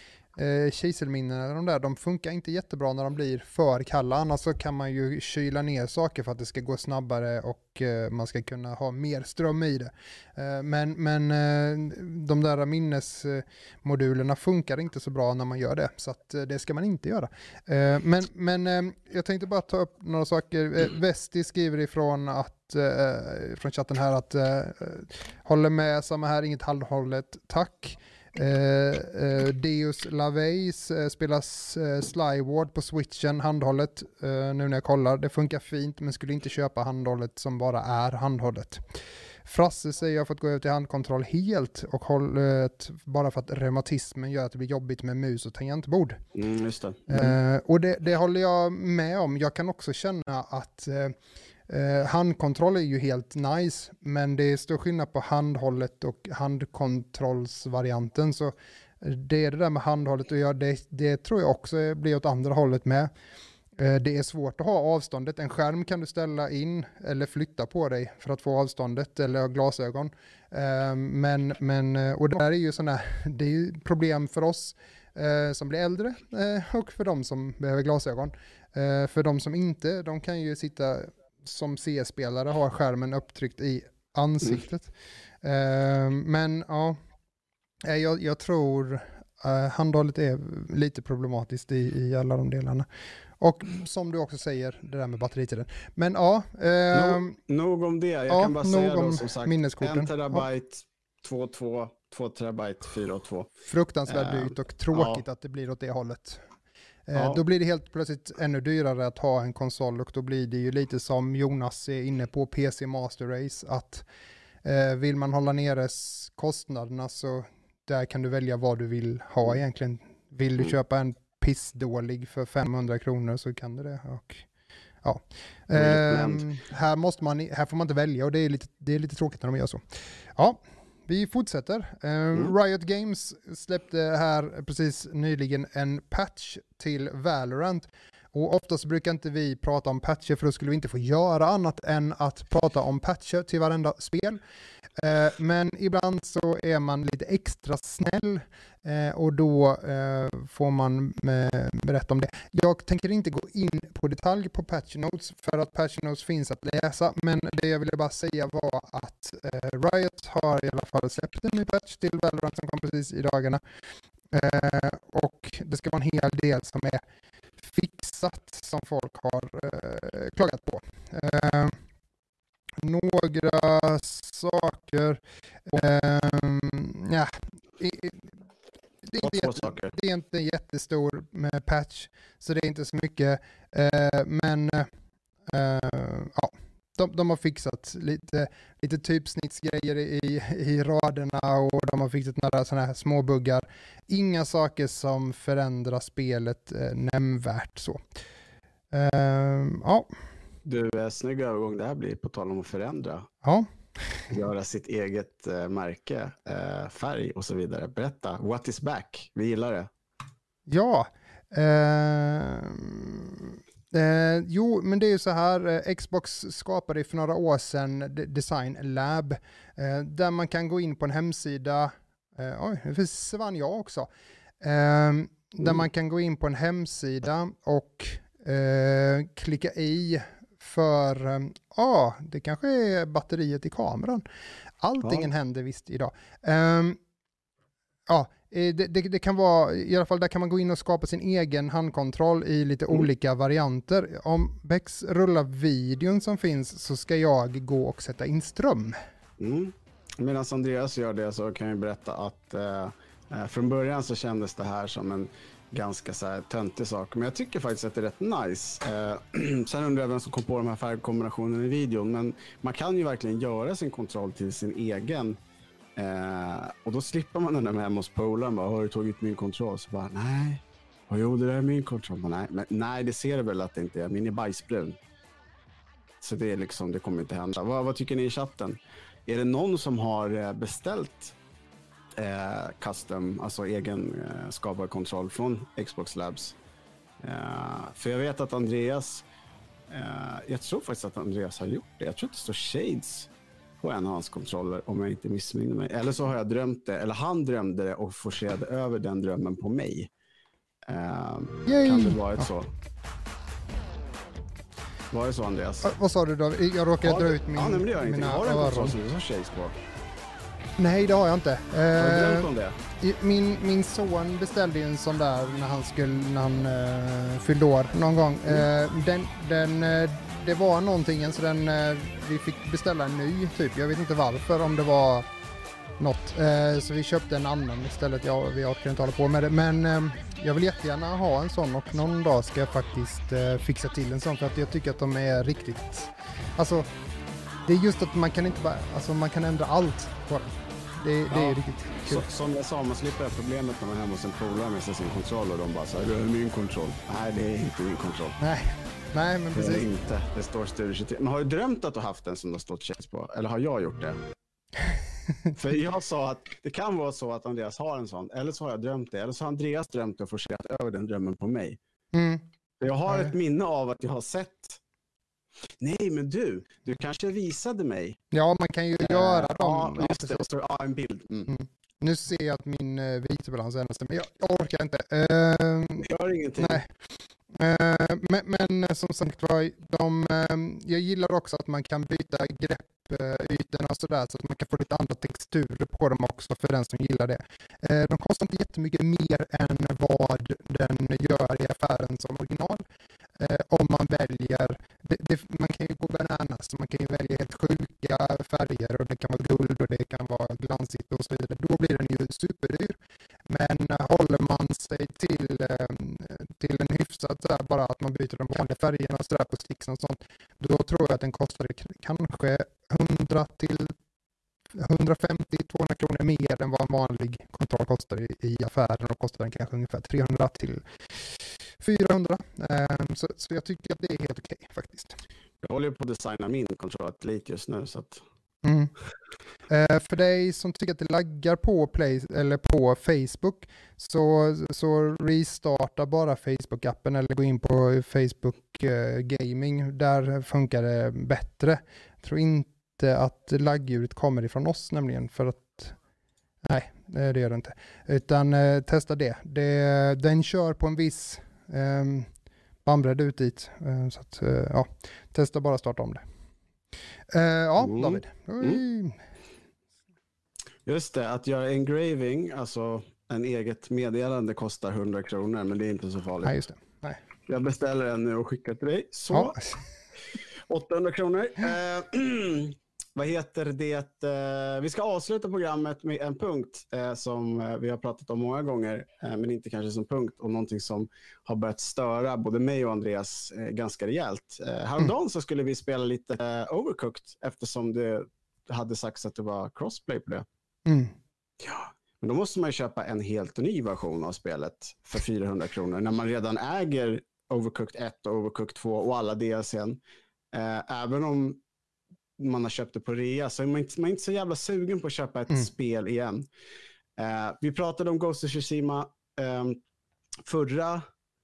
eh, kiselminnen, de där, de funkar inte jättebra när de blir för kalla, annars så kan man ju kyla ner saker för att det ska gå snabbare och eh, man ska kunna ha mer ström i det. Eh, men men eh, de där minnesmodulerna funkar inte så bra när man gör det, så att, eh, det ska man inte göra. Eh, men men eh, jag tänkte bara ta upp några saker. Eh, Vesti skriver ifrån att eh, från chatten här att eh, håller med, samma här, inget halvhållet, tack. Uh, uh, Deus Laveis uh, spelas uh, Slyward på Switchen, handhållet, uh, nu när jag kollar, det funkar fint, men skulle inte köpa handhållet som bara är handhållet. Frasse säger jag har fått gå över till handkontroll helt och hållet bara för att reumatismen gör att det blir jobbigt med mus och tangentbord. Mm, just det. Mm. Uh, och det, det håller jag med om. Jag kan också känna att uh, Uh, handkontroll är ju helt nice, men det är stor skillnad på handhållet och handkontrollsvarianten, så det är det där med handhållet, och jag, det, det tror jag också blir åt andra hållet med. Uh, det är svårt att ha avståndet. En skärm kan du ställa in eller flytta på dig för att få avståndet, eller glasögon. Uh, men, men, och det där är ju sådana, det är ju problem för oss uh, som blir äldre uh, och för de som behöver glasögon. Uh, för de som inte, de kan ju sitta som C S-spelare, har skärmen upptryckt i ansiktet. Mm. Uh, men ja, jag, jag tror uh, handhållet är lite problematiskt i, i alla de delarna. Och som du också säger, det där med batteritiden. Men ja. Uh, nog, nog om det. Jag ja, kan bara säga då, som sagt, minneskorten. en terabyte, två komma två, två terabyte, fyra komma två. Fruktansvärt uh, dyrt och tråkigt ja. att det blir åt det hållet. Ja. Då blir det helt plötsligt ännu dyrare att ha en konsol, och då blir det ju lite som Jonas är inne på P C Master Race, att eh, vill man hålla nere kostnaderna, så där kan du välja vad du vill ha egentligen. Vill du köpa en pissdålig för femhundra kronor så kan du det. Och, ja. eh, här, måste man, här får man inte välja, och det är lite, det är lite tråkigt när de gör så. Ja. Vi fortsätter. Uh, mm. Riot Games släppte här precis nyligen en patch till Valorant. Och oftast brukar inte vi prata om patcher, för då skulle vi inte få göra annat än att prata om patcher till varenda spel. Uh, men ibland så är man lite extra snäll uh, och då uh, får man uh, berätta om det. Jag tänker inte gå in på detalj på patch notes, för att patch notes finns att läsa, men det jag ville bara säga var att uh, Riot har i alla fall släppt en ny patch till Valorant som kom precis i dagarna. Uh, och det ska vara en hel del som är fixat som folk har uh, klagat på. Uh, Några saker. Um, ja, det, det, är jätte, det är inte en jättestor med patch, så det är inte så mycket. Uh, men uh, ja, de, de har fixat lite, lite typsnittsgrejer i, i raderna, och de har fixat några sådana här små buggar. Inga saker som förändrar spelet uh, nämnvärt så. Uh, ja. Du, är snygg övergång det här blir, på tal om att förändra. Ja. Göra sitt eget eh, märke, eh, färg och så vidare. Berätta, what is back? Vi gillar det. Ja. Eh, eh, jo, men det är ju så här. Eh, Xbox skapade för några år sedan Design Lab. Eh, där man kan gå in på en hemsida. Eh, oj, det finns Svan jag också. Eh, mm. Där man kan gå in på en hemsida och eh, klicka i för ja, ah, det kanske är batteriet i kameran. Allting ja. händer visst idag. Um, ja, det, det, det kan vara, i alla fall där kan man gå in och skapa sin egen handkontroll i lite mm. olika varianter. Om Bex rullar videon som finns så ska jag gå och sätta in ström. Mm. Medan Andreas gör det så kan jag berätta att eh, från början så kändes det här som en ganska så här töntig sak. Men jag tycker faktiskt att det är rätt nice. Eh, sen undrar jag vem som kom på de här färgkombinationerna i videon. Men man kan ju verkligen göra sin kontroll till sin egen. Eh, och då slipper man den där med hemma hos polaren. Bara, har du tagit min kontroll? Så bara, nej. Och jo, det där är min kontroll. Men nej, men, nej, det ser det väl att det inte är. Min är bajsbrun. Så det är liksom, det kommer inte hända. Vad, vad tycker ni i chatten? Är det någon som har beställt eh, custom, alltså egen eh, skapad kontroll från Xbox Labs? Eh, för jag vet att Andreas, eh, jag tror faktiskt att Andreas har gjort det. Jag tror att det står Shades på en av hans kontroller, om jag inte missminner mig. Eller så har jag drömt det, eller han drömde det och forcerade över den drömmen på mig. Eh, kan det vara ett så? Var det så, Andreas? Ah, vad sa du då? Jag råkade har dra du, ut min, ja, men det gör mina har du en öron. kontroll som du har Shades på? Nej, det har jag inte. Har du drömt om det? Min, min son beställde ju en sån där när han, skulle, när han uh, fyllde år någon gång. Mm. Uh, den, den, uh, det var någonting, så den, uh, vi fick beställa en ny typ. Jag vet inte varför, om det var något. Uh, så vi köpte en annan istället. Ja, vi orkar inte hålla på med det. Men uh, jag vill jättegärna ha en sån, och någon dag ska jag faktiskt uh, fixa till en sån. För att jag tycker att de är riktigt... Alltså, det är just att man kan inte bara... Alltså, man kan ändra allt på den. Det, det ja, är riktigt kul. Så, som jag sa, man slipper det problemet när man är hemma hos en polare med sin kontroll och de bara så här, det är min kontroll. Nej, det är inte min kontroll. Nej, nej men precis. Det är inte, det står Studio tjugotre. Men har du drömt att du haft en som det har stått Shades på? Eller har jag gjort det? För jag sa att det kan vara så att Andreas har en sån, eller så har jag drömt det. Eller så har Andreas drömt det och forcerat över den drömmen på mig. Mm. Jag har nej. ett minne av att jag har sett. Nej, men du, du kanske visade mig. Ja, man kan ju uh, göra dem. Ja, just det. Det står ja, en bild. Mm. Mm. Nu ser jag att min uh, vitebalans är nästan, men jag, jag orkar inte. Uh, Gör ingenting. Nej. Uh, men, men som sagt var, de, uh, jag gillar också att man kan byta greppytorna och sådär, så att man kan få lite andra texturer på dem också för den som gillar det. Uh, de kostar inte jättemycket mer än vad den gör i affären som original. Uh, om man väljer, det, det, man kan ju gå bananas, man kan ju välja helt sjuka färger, och det kan vara guld och det kan vara glansigt och så vidare. Då blir den ju superdyr. Men uh, håller man sig till, uh, till en hyfsat så här, bara att man byter de vanliga färgerna så där på sticksen och sånt, då tror jag att den kostar kanske hundra till hundrafemtio till tvåhundra kronor mer än vad en vanlig kontroll kostar i, i affären, och kostar den kanske ungefär trehundra till fyrahundra. Um, så, så jag tycker att det är helt okej okay, faktiskt. Jag håller på att designa min kontroll lite just nu. Så att... mm. uh, för dig som tycker att det laggar på, Play, eller på Facebook, så, så restarta bara Facebook-appen eller gå in på Facebook uh, Gaming. Där funkar det bättre. Jag tror inte att laggljudet kommer ifrån oss nämligen, för att nej, det gör det inte. Utan uh, testa det. det. Den kör på en viss um, bandbredd ut dit. Uh, så att, uh, ja, testa bara starta om det. Uh, ja, mm. David. Mm. Just det, att göra engraving, alltså en eget meddelande, kostar hundra kronor, men det är inte så farligt. Nej, just det. Nej. Jag beställer en nu och skickar till dig. Så, ja. åttahundra kronor. Uh, vad heter det? Uh, vi ska avsluta programmet med en punkt uh, som uh, vi har pratat om många gånger, uh, men inte kanske som punkt, och någonting som har börjat störa både mig och Andreas uh, ganska rejält. Uh, häromdagen mm. så skulle vi spela lite uh, Overcooked, eftersom det hade sagts att det var crossplay på det. Mm. Ja, men då måste man ju köpa en helt ny version av spelet för fyrahundra kronor när man redan äger Overcooked ett och Overcooked två och alla D L C:n. Uh, även om man har köpt det på rea, så är man inte, man är inte så jävla sugen på att köpa ett mm. spel igen. Uh, vi pratade om Ghost of Tsushima um, förra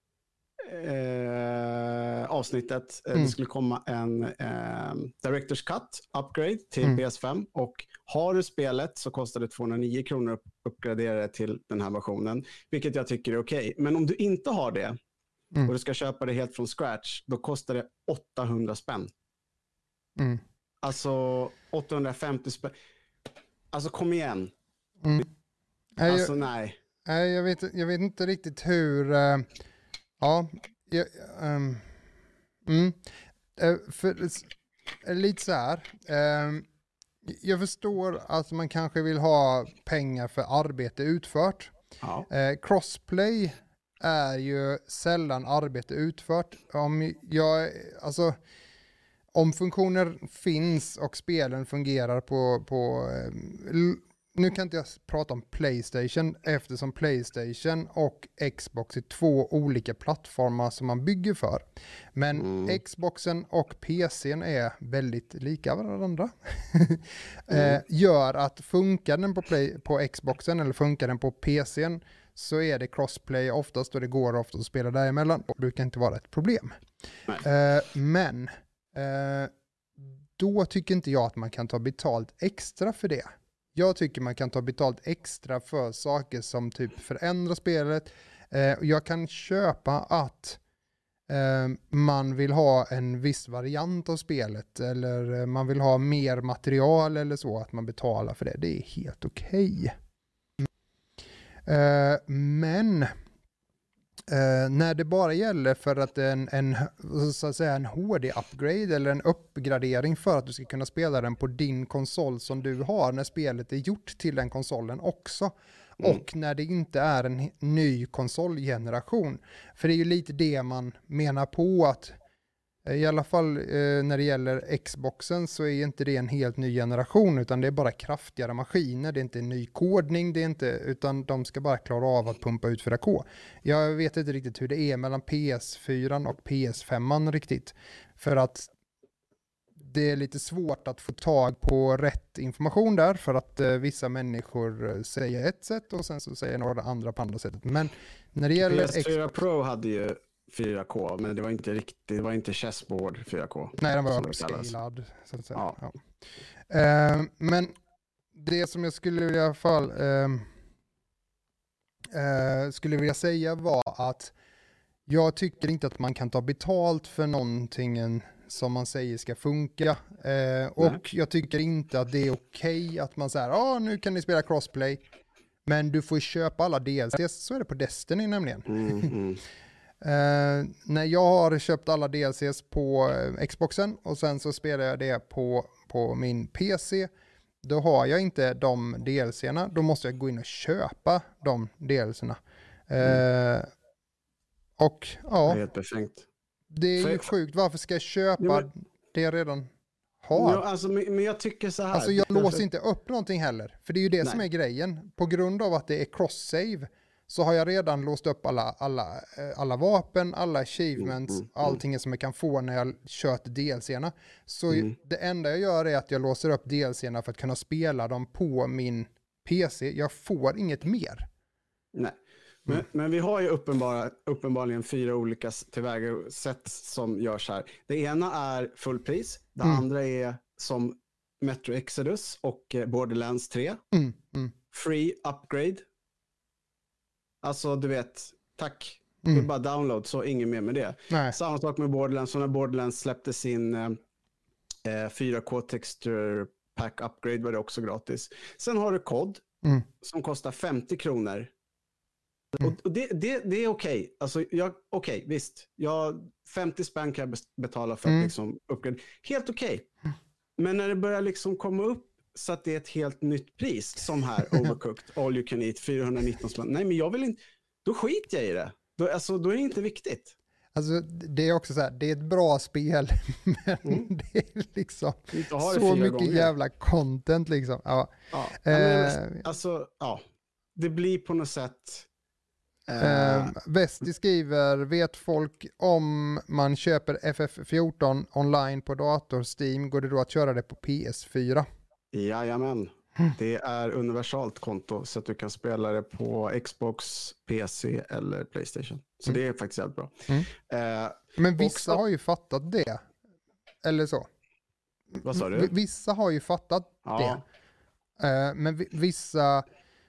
uh, avsnittet. Mm. Det skulle komma en um, Director's Cut upgrade till mm. P S fem, och har du spelet så kostar det tvåhundranio kronor att uppgradera det till den här versionen, vilket jag tycker är okej. Okay. Men om du inte har det, mm. och du ska köpa det helt från scratch, då kostar det åttahundra spänn. Mm. Alltså åttahundrafemtio spänn. Alltså kom igen. Mm. Alltså nej. Nej, jag vet, jag vet inte riktigt hur... Uh, ja, jag, um, mm, uh, för, uh, lite så här. Uh, jag förstår att man kanske vill ha pengar för arbete utfört. Ja. Uh, crossplay är ju sällan arbete utfört. Om jag, alltså... Om funktioner finns och spelen fungerar på, på nu kan inte jag prata om PlayStation eftersom PlayStation och Xbox är två olika plattformar som man bygger för. Men mm. Xboxen och P C:n är väldigt lika varandra. mm. Gör att funkar den på, play, på Xboxen eller funkar den på P C:n så är det crossplay oftast och det går ofta att spela däremellan och det brukar inte vara ett problem. Uh, men Uh, då tycker inte jag att man kan ta betalt extra för det. Jag tycker man kan ta betalt extra för saker som typ förändrar spelet. Uh, jag kan köpa att uh, man vill ha en viss variant av spelet eller man vill ha mer material eller så, att man betalar för det. Det är helt okej. Okay. Uh, men Uh, när det bara gäller för att en, en, så att säga en H D-upgrade eller en uppgradering för att du ska kunna spela den på din konsol som du har när spelet är gjort till den konsolen också. Mm. Och när det inte är en ny konsolgeneration. För det är ju lite det man menar på att i alla fall eh, när det gäller Xboxen så är inte det en helt ny generation utan det är bara kraftigare maskiner, det är inte en ny kodning, det är inte, utan de ska bara klara av att pumpa ut fyra K. Jag vet inte riktigt hur det är mellan P S fyra och P S fem riktigt, för att det är lite svårt att få tag på rätt information där för att eh, vissa människor säger ett sätt och sen så säger några andra på andra sättet. Men när det gäller P S fyra Pro hade ju fyra K, men det var inte riktigt, det var inte chessboard fyra K. Nej, den var upscalad så att säga. Ja. Ja. Uh, men det som jag skulle vilja i alla fall uh, uh, skulle vilja säga var att jag tycker inte att man kan ta betalt för någonting som man säger ska funka. Uh, och Nej. Jag tycker inte att det är okej okay att man säger ja ah, nu kan ni spela crossplay, men du får köpa alla D L Cs, så är det på Destiny nämligen. Mm, mm. Uh, när jag har köpt alla D L Cs på uh, Xboxen och sen så spelar jag det på, på min P C, då har jag inte de D L C'na, då måste jag gå in och köpa de D L C'na. Uh, mm. Och ja, det är helt befängt. Det är ju sjukt, varför ska jag köpa ja, men... det jag redan har? Ja, alltså, men, men jag tycker så här. Alltså jag låser inte upp någonting heller, för det är ju det Nej. som är grejen. På grund av att det är cross-save så har jag redan låst upp alla, alla, alla vapen, alla achievements, mm, mm, allting mm. som jag kan få när jag kört D L C'na. Så mm. det enda jag gör är att jag låser upp D L C'na för att kunna spela dem på min P C. Jag får inget mer. Nej, men, mm. men vi har ju uppenbara, uppenbarligen fyra olika tillvägagångssätt som görs här. Det ena är fullpris, det mm. andra är som Metro Exodus och Borderlands tre. Mm, mm. Free upgrade. Alltså du vet, tack. Mm. Det är bara download, så inget mer med det. Nej. Samma sak med Borderlands. Så när Borderlands släppte sin eh, fyra K texture pack upgrade var det också gratis. Sen har du C O D mm. som kostar femtio kronor. Mm. Och, och det, det, det är okej. Okay. Alltså, okej, okay, visst. Jag, femtio spänn kan jag betala för att mm. liksom upgrade. Helt okej. Okay. Mm. Men när det börjar liksom komma upp så att det är ett helt nytt pris, som här Overcooked, All You Can Eat, fyrahundranitton spänn. Nej, men jag vill inte, då skiter jag i det. Då, alltså, då är det inte viktigt. Alltså, det är också så här, det är ett bra spel, men mm. det är liksom så mycket gånger. jävla content liksom. Ja. Ja, men, uh, alltså, ja. Det blir på något sätt... Uh, Vesti skriver, vet folk om man köper F F fjorton online på dator, Steam, går det då att köra det på P S fyra? Jajamän, mm. det är universalt konto så att du kan spela det på Xbox, P C eller PlayStation. Så mm. det är faktiskt jävligt bra. Mm. Uh, Men vissa också... har ju fattat det. Eller så. Vad sa du? V- vissa har ju fattat ja. det. Uh, men v- vissa...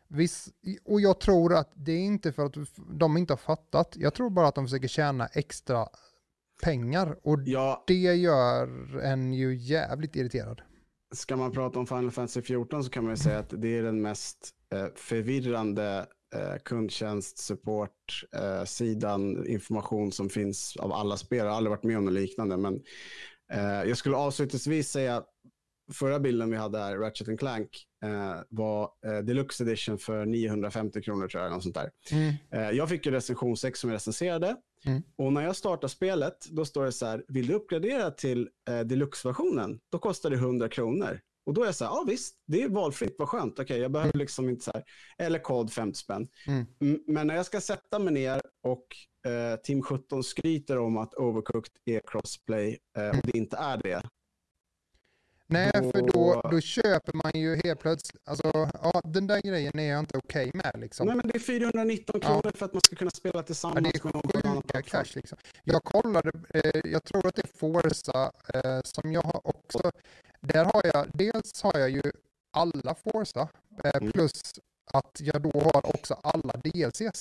Viss, och jag tror att det är inte för att de inte har fattat. Jag tror bara att de försöker tjäna extra pengar. Och ja, det gör en ju jävligt irriterad. Ska man prata om Final Fantasy fjorton så kan man ju säga att det är den mest eh, förvirrande eh, kundtjänst, support, eh, sidan, information som finns av alla spel. Jag har aldrig varit med om något liknande. Men eh, jag skulle avslutningsvis säga förra bilden vi hade här, Ratchet and Clank, eh, var eh, Deluxe Edition för niohundrafemtio kronor tror jag. Något sånt där. Mm. Eh, jag fick ju recension sex som jag recenserade. Mm. Och när jag startar spelet, då står det så här, vill du uppgradera till eh, Deluxe-versionen? Då kostar det hundra kronor. Och då är jag så här, ja visst, det är valfritt, vad skönt. Okej, okay, jag behöver mm. liksom inte så här, eller kod femtio spänn. Mm. M- men när jag ska sätta mig ner och eh, Team sjutton skryter om att Overcooked är crossplay eh, och det inte är det. Nej, för då, då köper man ju helt plötsligt, alltså ja, den där grejen är jag inte okej okay med liksom. Nej, men det är fyrahundranitton kronor ja. för att man ska kunna spela tillsammans ja, det är med någon annan cash liksom. Jag kollade, eh, jag tror att det är Forza eh, som jag har också, där har jag, dels har jag ju alla Forza eh, mm. plus att jag då har också alla D L Cs.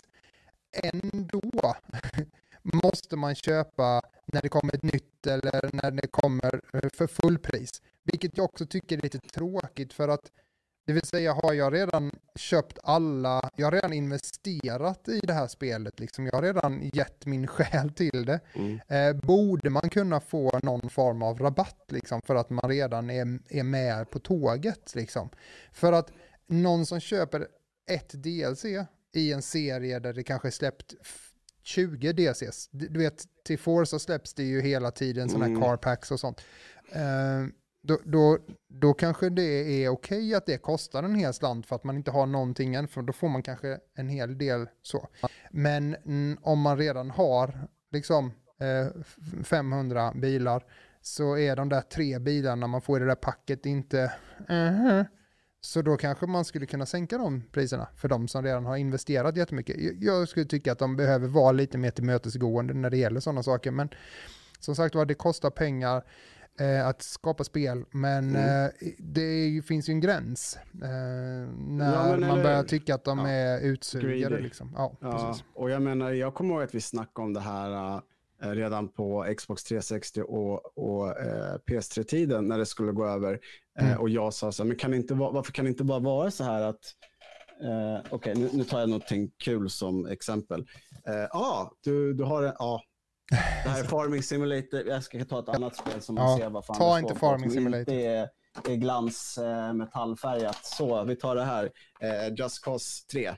Ändå måste man köpa när det kommer ett nytt eller när det kommer för fullpris. Vilket jag också tycker är lite tråkigt för att det vill säga har jag redan köpt alla, jag har redan investerat i det här spelet liksom, jag har redan gett min själ till det. Mm. Eh, borde man kunna få någon form av rabatt liksom för att man redan är, är med på tåget liksom. För att någon som köper ett D L C i en serie där det kanske är släppt tjugo D L Cs. Du vet, till Forza släpps det ju hela tiden sådana här mm. car packs och sånt. Uh, då, då, då kanske det är okej att det kostar en hel slant för att man inte har någonting än, för då får man kanske en hel del så. Men mm, om man redan har liksom uh, femhundra bilar så är de där tre bilarna man får i det där packet inte uh-huh. Så då kanske man skulle kunna sänka de priserna för de som redan har investerat jättemycket. Jag skulle tycka att de behöver vara lite mer tillmötesgående när det gäller sådana saker. Men som sagt var, det kostar pengar eh, att skapa spel. Men mm. eh, det är, finns ju en gräns eh, när ja, man eller, börjar tycka att de ja, är utsugade. Liksom. Ja, ja, precis. Och jag menar, jag kommer ihåg att vi snackade om det här uh, redan på Xbox trehundrasextio och, och uh, P S tre-tiden när det skulle gå över. Mm. Uh, och jag sa så här, men kan det inte va- varför kan det inte bara vara så här att uh, okej, okay, nu, nu tar jag någonting kul som exempel. Ja, uh, ah, du, du har en, ja, uh, det här är Farming Simulator. Jag ska ta ett annat spel som man ja, ser vad fan ta det inte Farming Simulator. Inte är, är glans uh, metallfärgat. Så, vi tar det här. Uh, Just Cause tre.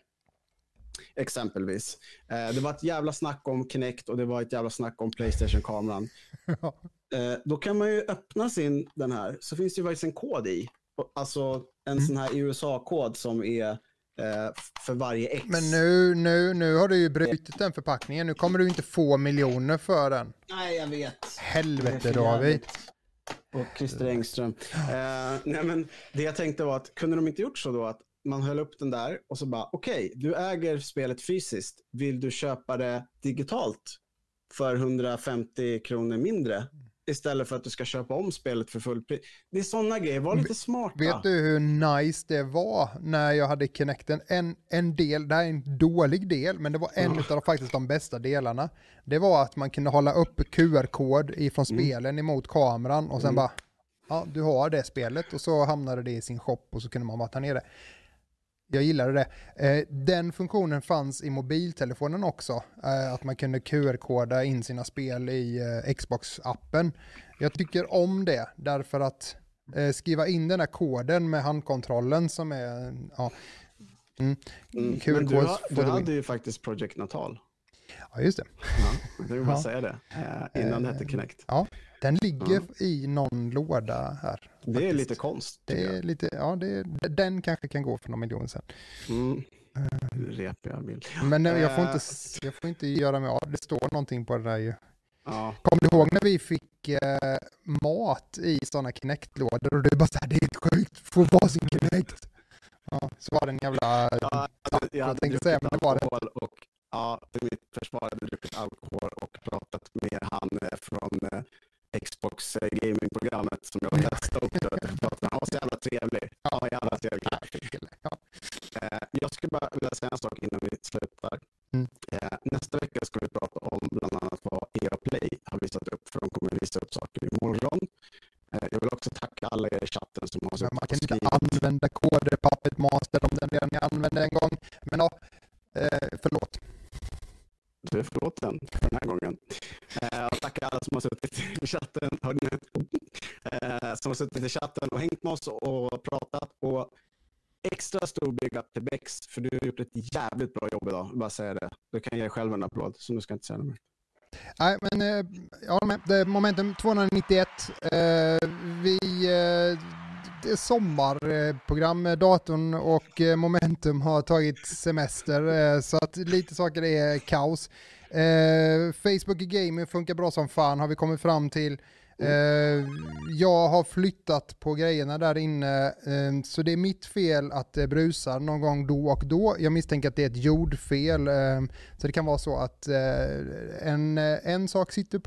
Exempelvis. Eh, det var ett jävla snack om Kinect och det var ett jävla snack om PlayStation-kameran. eh, då kan man ju öppna sin den här, så finns det ju faktiskt en kod i. Alltså en mm. sån här U S A-kod som är eh, för varje X. Men nu, nu, nu har du ju brutit den förpackningen. Nu kommer du inte få miljoner för den. Nej, jag vet. Helvete, David. Och Christer Engström. Eh, nej, men det jag tänkte var att kunde de inte gjort så då att man höll upp den där och så bara, okej, okay, du äger spelet fysiskt. Vill du köpa det digitalt för hundrafemtio kronor mindre istället för att du ska köpa om spelet för full pris? Det är sådana grejer, var lite smarta. Vet du hur nice det var när jag hade Kinecten? En, en del, det här är en dålig del, men det var en oh. av faktiskt de bästa delarna. Det var att man kunde hålla upp Q R-kod ifrån spelen mm. emot kameran och sen mm. bara, ja, du har det spelet och så hamnade det i sin shop och så kunde man bara ta ner det. Jag gillade det. Eh, den funktionen fanns i mobiltelefonen också. Eh, att man kunde Q R-koda in sina spel i eh, Xbox-appen. Jag tycker om det därför att eh, skriva in den här koden med handkontrollen som är... Ja, mm, mm, men du, ha, du hade ju faktiskt Project Natal. Ja, just det. Ja, jag vill bara ja. säga det. Eh, innan det hette Kinect. Ja, den ligger ja. i någon låda här. Det faktiskt. Är lite konst. Det är lite, ja, det är, den kanske kan gå för någon miljon sen. Mm. Repiga bild. Men nej, jag, får inte, jag får inte göra mig av. Det står någonting på det där ju. Ja. Kommer du ihåg när vi fick eh, mat i sådana Kinect-lådor och det är bara så här, det är helt sjukt, få vara sin Kinect. Ja, så var det en jävla... Ja, jag, jag tänkte säga, men det var det. Och, ja, till mitt försvar hade druckit alkohol och pratat med han från eh, Xbox eh, gaming-programmet som jag testade upp. Han var så jävla trevlig. Ja, jävla trevlig. Ja. Eh, jag skulle upp saker imorgon. Jag vill också tacka alla er i chatten som har men man kan inte använda koder Puppet Master om den redan jag använde en gång. Men ja, förlåt. Du är förlåten för den här gången. Och tacka alla som har suttit i chatten. Som har suttit i chatten och hängt med oss och pratat. Och extra stor big up till Bex, för du har gjort ett jävligt bra jobb idag. Bara säga det. Du kan ge dig själv en applåd, så nu ska jag inte säga det mer. Nej, men ja, det är Momentum tvåhundranittioett. Eh, vi, eh, det är sommarprogram. Datorn och Momentum har tagit semester, eh, så att lite saker är kaos. Eh, Facebook Gaming funkar bra som fan, har vi kommit fram till. Uh, jag har flyttat på grejerna där inne, uh, så det är mitt fel att det brusar någon gång då och då. Jag misstänker att det är ett jordfel, uh, så det kan vara så att uh, en, en sak sitter